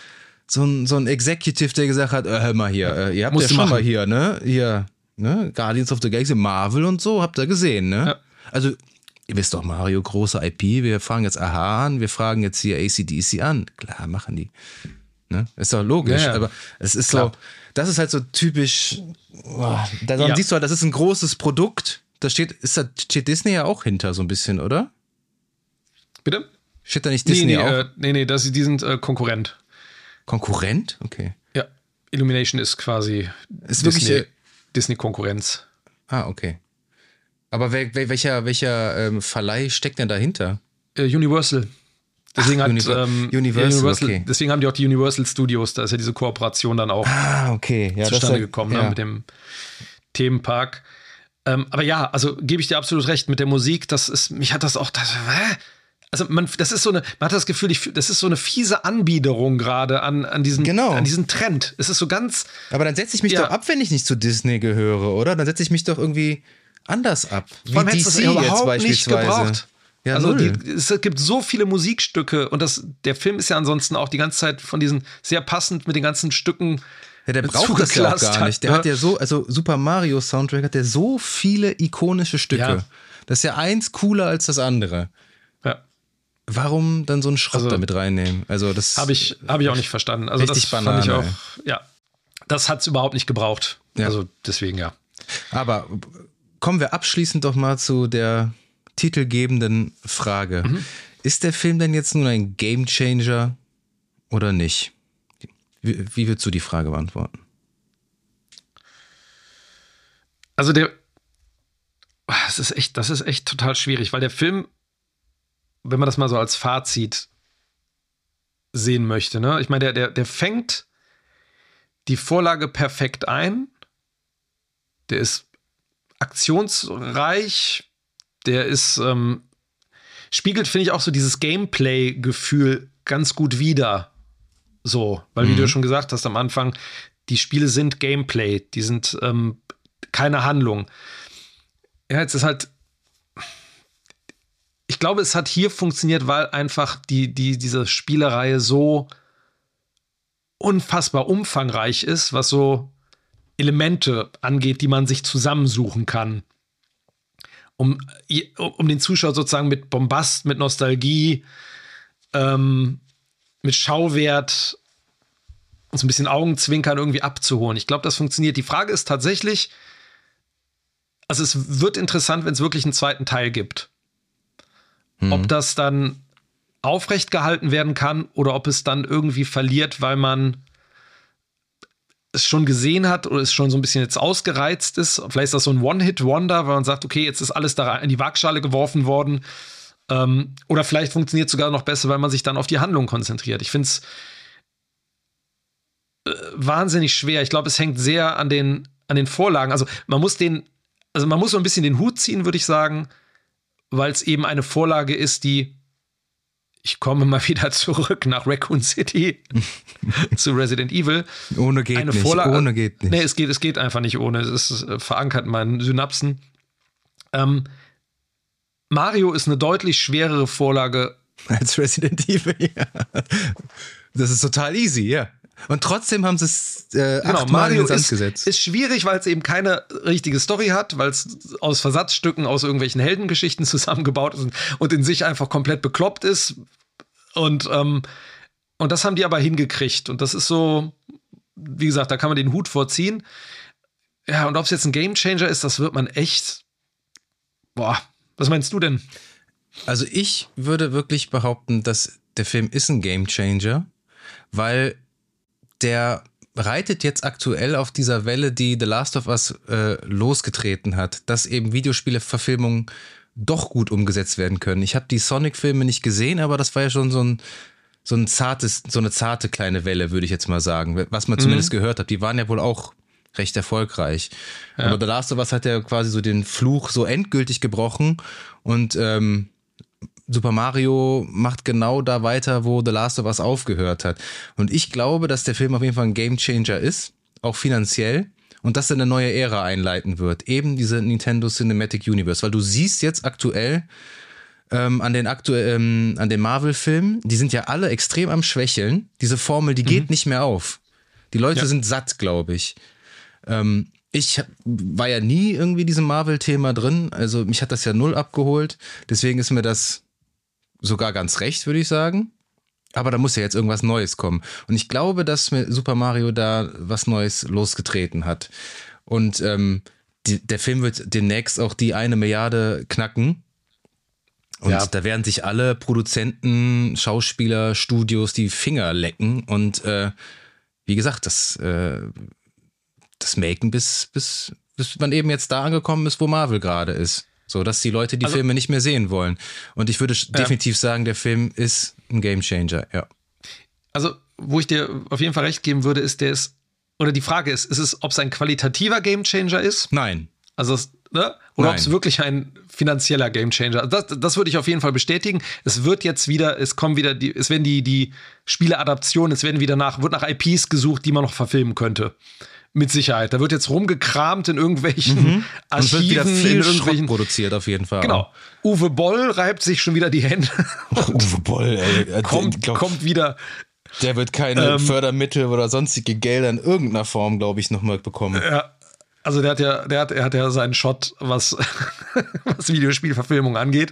ein Executive, der gesagt hat, hör mal hier, ihr habt ja schon mal hier, ne, Guardians of the Galaxy, Marvel und so, habt ihr gesehen, ne? Ja. Also, ihr wisst doch, Mario, große IP, wir fragen jetzt Aha an, wir fragen jetzt hier AC/DC an. Klar, machen die. Ne? Ist doch logisch, aber es ist klar. So, das ist halt so typisch, dann siehst du halt, das ist ein großes Produkt, da steht Disney ja auch hinter so ein bisschen, oder? Bitte? Steht da nicht Disney auch? Nee, die sind Konkurrent. Konkurrent? Okay. Ja, Illumination ist quasi Disney-Konkurrenz. Okay. Aber welcher Verleih steckt denn dahinter? Universal. Deswegen Universal, okay. Deswegen haben die auch die Universal Studios, da ist ja diese Kooperation dann auch zustande gekommen mit dem Themenpark. Aber ja, also gebe ich dir absolut recht mit der Musik, mich hat das auch, also man hat das Gefühl, das ist so eine fiese Anbiederung gerade an diesen Trend. Es ist so ganz. Aber dann setze ich mich doch ab, wenn ich nicht zu Disney gehöre, oder? Dann setze ich mich doch irgendwie anders ab. Wie DC jetzt beispielsweise. Nicht gebraucht. Ja, also es gibt so viele Musikstücke und der Film ist ja ansonsten auch die ganze Zeit von diesen sehr passend mit den ganzen Stücken. Ja, der braucht das ja auch gar nicht. Der hat ja Super Mario Soundtrack hat ja so viele ikonische Stücke. Ja. Das ist ja eins cooler als das andere. Ja. Warum dann so einen Schrott damit reinnehmen? Also das habe ich auch nicht verstanden. Also richtig das Banane, fand ich auch, das hat es überhaupt nicht gebraucht. Ja. Also deswegen Aber kommen wir abschließend doch mal zu der titelgebenden Frage. Ist der Film denn jetzt nun ein Gamechanger oder nicht? Wie würdest du die Frage beantworten? Also Das ist echt total schwierig, weil der Film, wenn man das mal so als Fazit sehen möchte, ne? Ich meine, der fängt die Vorlage perfekt ein. Der ist aktionsreich. Der ist, spiegelt, finde ich, auch so dieses Gameplay-Gefühl ganz gut wider. So, weil wie du ja schon gesagt hast am Anfang, die Spiele sind Gameplay, die sind keine Handlung. Ja, jetzt ist halt, ich glaube, es hat hier funktioniert, weil einfach diese Spielereihe so unfassbar umfangreich ist, was so Elemente angeht, die man sich zusammensuchen kann. Um den Zuschauer sozusagen mit Bombast, mit Nostalgie, mit Schauwert und so ein bisschen Augenzwinkern irgendwie abzuholen. Ich glaube, das funktioniert. Die Frage ist tatsächlich, also es wird interessant, wenn es wirklich einen zweiten Teil gibt. Ob das dann aufrecht gehalten werden kann oder ob es dann irgendwie verliert, weil man es schon gesehen hat oder es schon so ein bisschen jetzt ausgereizt ist. Vielleicht ist das so ein One-Hit-Wonder, weil man sagt, okay, jetzt ist alles da in die Waagschale geworfen worden. Oder vielleicht funktioniert es sogar noch besser, weil man sich dann auf die Handlung konzentriert. Ich finde es wahnsinnig schwer. Ich glaube, es hängt sehr an den Vorlagen. Also man muss so ein bisschen den Hut ziehen, würde ich sagen, weil es eben eine Vorlage ist, ich komme mal wieder zurück nach Raccoon City zu Resident Evil. Ohne geht eine nicht. Vorlage, ohne geht nicht. Nee, es geht einfach nicht ohne. Es ist verankert in meinen Synapsen. Mario ist eine deutlich schwerere Vorlage als Resident Evil, ja. Das ist total easy, ja. Und trotzdem haben sie es 8-mal in den Sand gesetzt. Ist schwierig, weil es eben keine richtige Story hat, weil es aus Versatzstücken, aus irgendwelchen Heldengeschichten zusammengebaut ist und in sich einfach komplett bekloppt ist. Und das haben die aber hingekriegt. Und das ist so, wie gesagt, da kann man den Hut vorziehen. Ja, und ob es jetzt ein Gamechanger ist, das wird man echt. Boah, was meinst du denn? Also ich würde wirklich behaupten, dass der Film ist ein Gamechanger, weil der reitet jetzt aktuell auf dieser Welle, die The Last of Us losgetreten hat, dass eben Videospiele-Verfilmungen doch gut umgesetzt werden können. Ich habe die Sonic-Filme nicht gesehen, aber das war ja schon so eine zarte kleine Welle, würde ich jetzt mal sagen, was man zumindest gehört hat. Die waren ja wohl auch recht erfolgreich. Ja. Aber The Last of Us hat ja quasi so den Fluch so endgültig gebrochen und Super Mario macht genau da weiter, wo The Last of Us aufgehört hat. Und ich glaube, dass der Film auf jeden Fall ein Gamechanger ist, auch finanziell, und dass er eine neue Ära einleiten wird. Eben diese Nintendo Cinematic Universe. Weil du siehst jetzt aktuell an den Marvel-Filmen, die sind ja alle extrem am Schwächeln. Diese Formel, die geht nicht mehr auf. Die Leute sind satt, glaube ich. Ich war ja nie irgendwie diesem Marvel-Thema drin. Also mich hat das ja null abgeholt. Deswegen ist mir das sogar ganz recht, würde ich sagen. Aber da muss ja jetzt irgendwas Neues kommen. Und ich glaube, dass mit Super Mario da was Neues losgetreten hat. Und der Film wird demnächst auch die 1 Milliarde knacken. Und da werden sich alle Produzenten, Schauspieler, Studios die Finger lecken. Und wie gesagt, das Maken bis man eben jetzt da angekommen ist, wo Marvel gerade ist. So, dass die Leute die Filme nicht mehr sehen wollen. Und ich würde definitiv sagen, der Film ist ein Gamechanger, ja. Also, wo ich dir auf jeden Fall recht geben würde, oder die Frage ist es, ob es ein qualitativer Gamechanger ist? Nein. Also, oder ob es wirklich ein finanzieller Gamechanger ist. Das würde ich auf jeden Fall bestätigen. Es werden die Spieleadaptionen, wird nach IPs gesucht, die man noch verfilmen könnte. Mit Sicherheit. Da wird jetzt rumgekramt in irgendwelchen Archiven. Und wird wieder viel Schrott produziert, auf jeden Fall. Genau. Uwe Boll reibt sich schon wieder die Hände. Uwe Boll, ey. Kommt wieder. Der wird keine Fördermittel oder sonstige Gelder in irgendeiner Form, glaube ich, nochmal bekommen. Ja. Also er hat ja seinen Shot, was Videospielverfilmung angeht.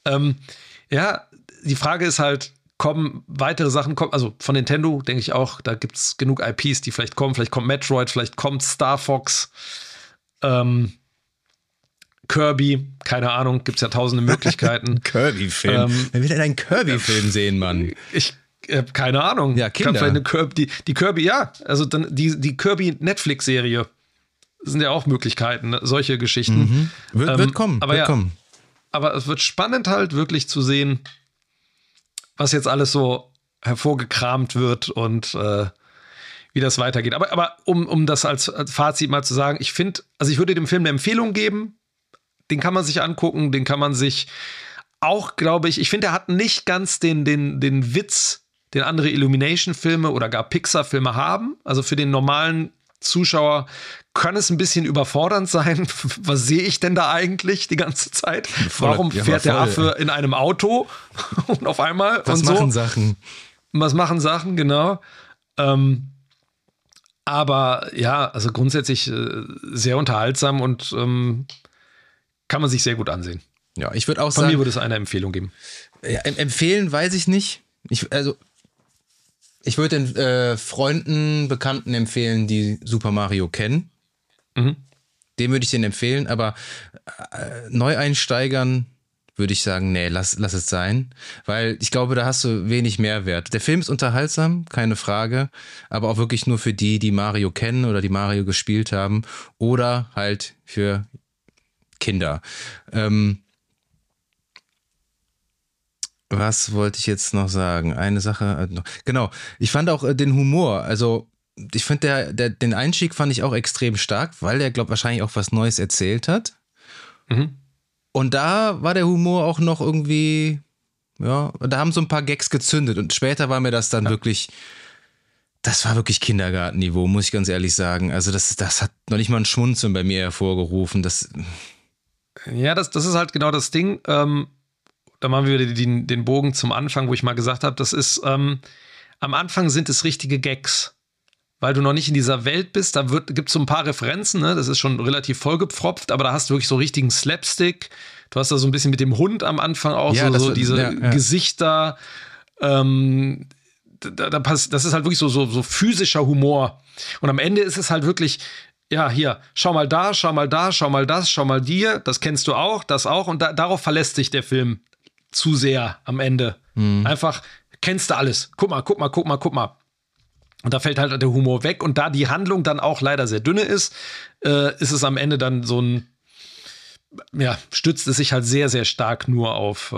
Die Frage ist halt, kommen weitere Sachen, also von Nintendo denke ich auch, da gibt es genug IPs, die vielleicht kommen Metroid, vielleicht kommt Star Fox, Kirby, keine Ahnung, gibt es ja tausende Möglichkeiten. Kirby-Film? Wer will denn einen Kirby-Film sehen, Mann? Ich habe keine Ahnung. Ja, Kinder. Die Kirby, also dann die Kirby-Netflix-Serie. sind ja auch Möglichkeiten, ne? Solche Geschichten. Wird kommen, kommen. Aber es wird spannend halt wirklich zu sehen, was jetzt alles so hervorgekramt wird und wie das weitergeht. Aber um das als Fazit mal zu sagen, ich würde dem Film eine Empfehlung geben. Den kann man sich angucken, den kann man sich auch, glaube ich finde, er hat nicht ganz den Witz, den andere Illumination-Filme oder gar Pixar-Filme haben. Also für den normalen Zuschauer kann es ein bisschen überfordernd sein. Was sehe ich denn da eigentlich die ganze Zeit? Warum fährt der Affe in einem Auto und auf einmal Was machen Sachen, genau. Aber ja, also grundsätzlich sehr unterhaltsam und kann man sich sehr gut ansehen. Ja, ich würde auch sagen. Von mir würde es eine Empfehlung geben. Ja, empfehlen weiß ich nicht. Ich würde den Freunden, Bekannten empfehlen, die Super Mario kennen. Mhm. Dem würde ich den empfehlen, aber Neueinsteigern würde ich sagen, nee, lass es sein. Weil ich glaube, da hast du wenig Mehrwert. Der Film ist unterhaltsam, keine Frage, aber auch wirklich nur für die Mario kennen oder die Mario gespielt haben oder halt für Kinder. Was wollte ich jetzt noch sagen? Eine Sache noch. Genau, ich fand auch den Humor, also ich finde den Einstieg fand ich auch extrem stark, weil der, glaube ich, wahrscheinlich auch was Neues erzählt hat. Mhm. Und da war der Humor auch noch irgendwie, ja, da haben so ein paar Gags gezündet und später war mir das dann wirklich, das war wirklich Kindergartenniveau, muss ich ganz ehrlich sagen. Also das hat noch nicht mal ein Schmunzeln bei mir hervorgerufen. Ja, das ist halt genau das Ding. Da machen wir wieder den Bogen zum Anfang, wo ich mal gesagt habe, das ist, am Anfang sind es richtige Gags, weil du noch nicht in dieser Welt bist. Da gibt es so ein paar Referenzen, ne? Das ist schon relativ vollgepfropft, aber da hast du wirklich so richtigen Slapstick. Du hast da so ein bisschen mit dem Hund am Anfang auch diese Gesichter. Das ist halt wirklich so physischer Humor. Und am Ende ist es halt wirklich, ja, hier, schau mal da, schau mal da, schau mal das, schau mal dir, das kennst du auch, das auch. Und darauf verlässt sich der Film zu sehr am Ende. Einfach, kennst du alles. Guck mal. Und da fällt halt der Humor weg. Und da die Handlung dann auch leider sehr dünne ist es am Ende dann so stützt es sich halt sehr, sehr stark nur auf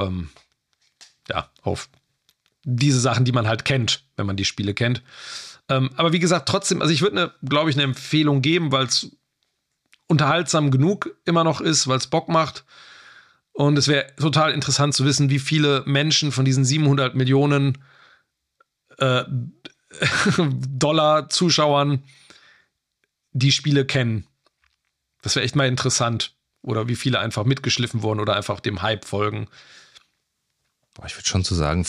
diese Sachen, die man halt kennt, wenn man die Spiele kennt. Aber wie gesagt, trotzdem, also ich würde glaube ich, eine Empfehlung geben, weil es unterhaltsam genug immer noch ist, weil es Bock macht. Und es wäre total interessant zu wissen, wie viele Menschen von diesen 700 Millionen $Zuschauern die Spiele kennen. Das wäre echt mal interessant. Oder wie viele einfach mitgeschliffen wurden oder einfach dem Hype folgen. Ich würde schon so sagen,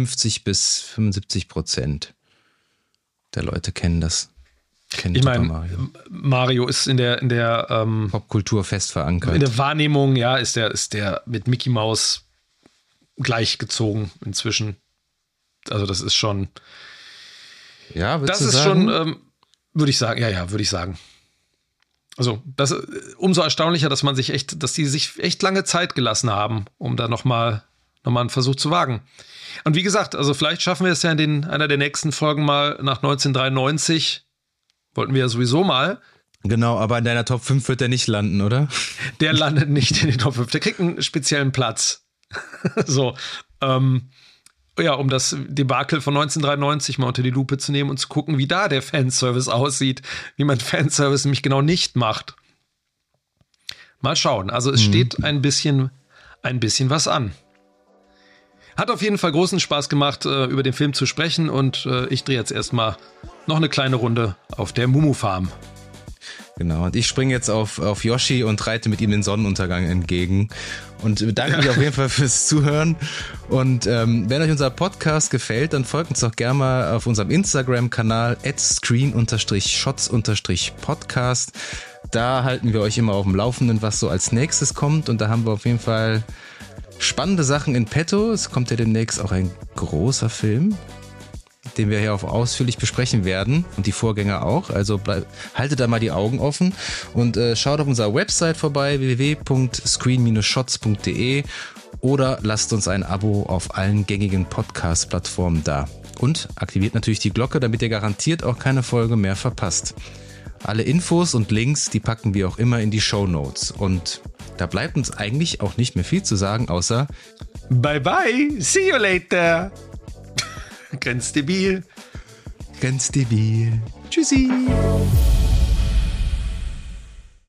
50-75% der Leute kennen das. Ich meine, Mario ist in der Popkultur fest verankert. In der Wahrnehmung, ja, ist der mit Mickey Mouse gleichgezogen inzwischen. Also das ist schon. Ja, das ist sagen? Schon, würde ich sagen, würde ich sagen. Also, das umso erstaunlicher, dass die sich echt lange Zeit gelassen haben, um da nochmal einen Versuch zu wagen. Und wie gesagt, also vielleicht schaffen wir es ja in einer der nächsten Folgen mal nach 1993. Wollten wir ja sowieso mal. Genau, aber in deiner Top 5 wird der nicht landen, oder? Der landet nicht in den Top 5. Der kriegt einen speziellen Platz. So, um das Debakel von 1993 mal unter die Lupe zu nehmen und zu gucken, wie da der Fanservice aussieht, wie man Fanservice nämlich genau nicht macht. Mal schauen. Also es steht ein bisschen was an. Hat auf jeden Fall großen Spaß gemacht, über den Film zu sprechen und ich drehe jetzt erstmal noch eine kleine Runde auf der Mumu Farm. Genau, und ich springe jetzt auf Yoshi und reite mit ihm den Sonnenuntergang entgegen und bedanke mich auf jeden Fall fürs Zuhören. Und wenn euch unser Podcast gefällt, dann folgt uns doch gerne mal auf unserem Instagram-Kanal @screen_shots_podcast. Da halten wir euch immer auf dem Laufenden, was so als nächstes kommt. Und da haben wir auf jeden Fall spannende Sachen in petto. Es kommt ja demnächst auch ein großer Film, den wir hier auch ausführlich besprechen werden und die Vorgänger auch. Also haltet da mal die Augen offen und schaut auf unserer Website vorbei, www.screen-shots.de, oder lasst uns ein Abo auf allen gängigen Podcast-Plattformen da. Und aktiviert natürlich die Glocke, damit ihr garantiert auch keine Folge mehr verpasst. Alle Infos und Links, die packen wir auch immer in die Shownotes. Und da bleibt uns eigentlich auch nicht mehr viel zu sagen, außer Bye bye, see you later. Ganz debil. Ganz debil. Tschüssi.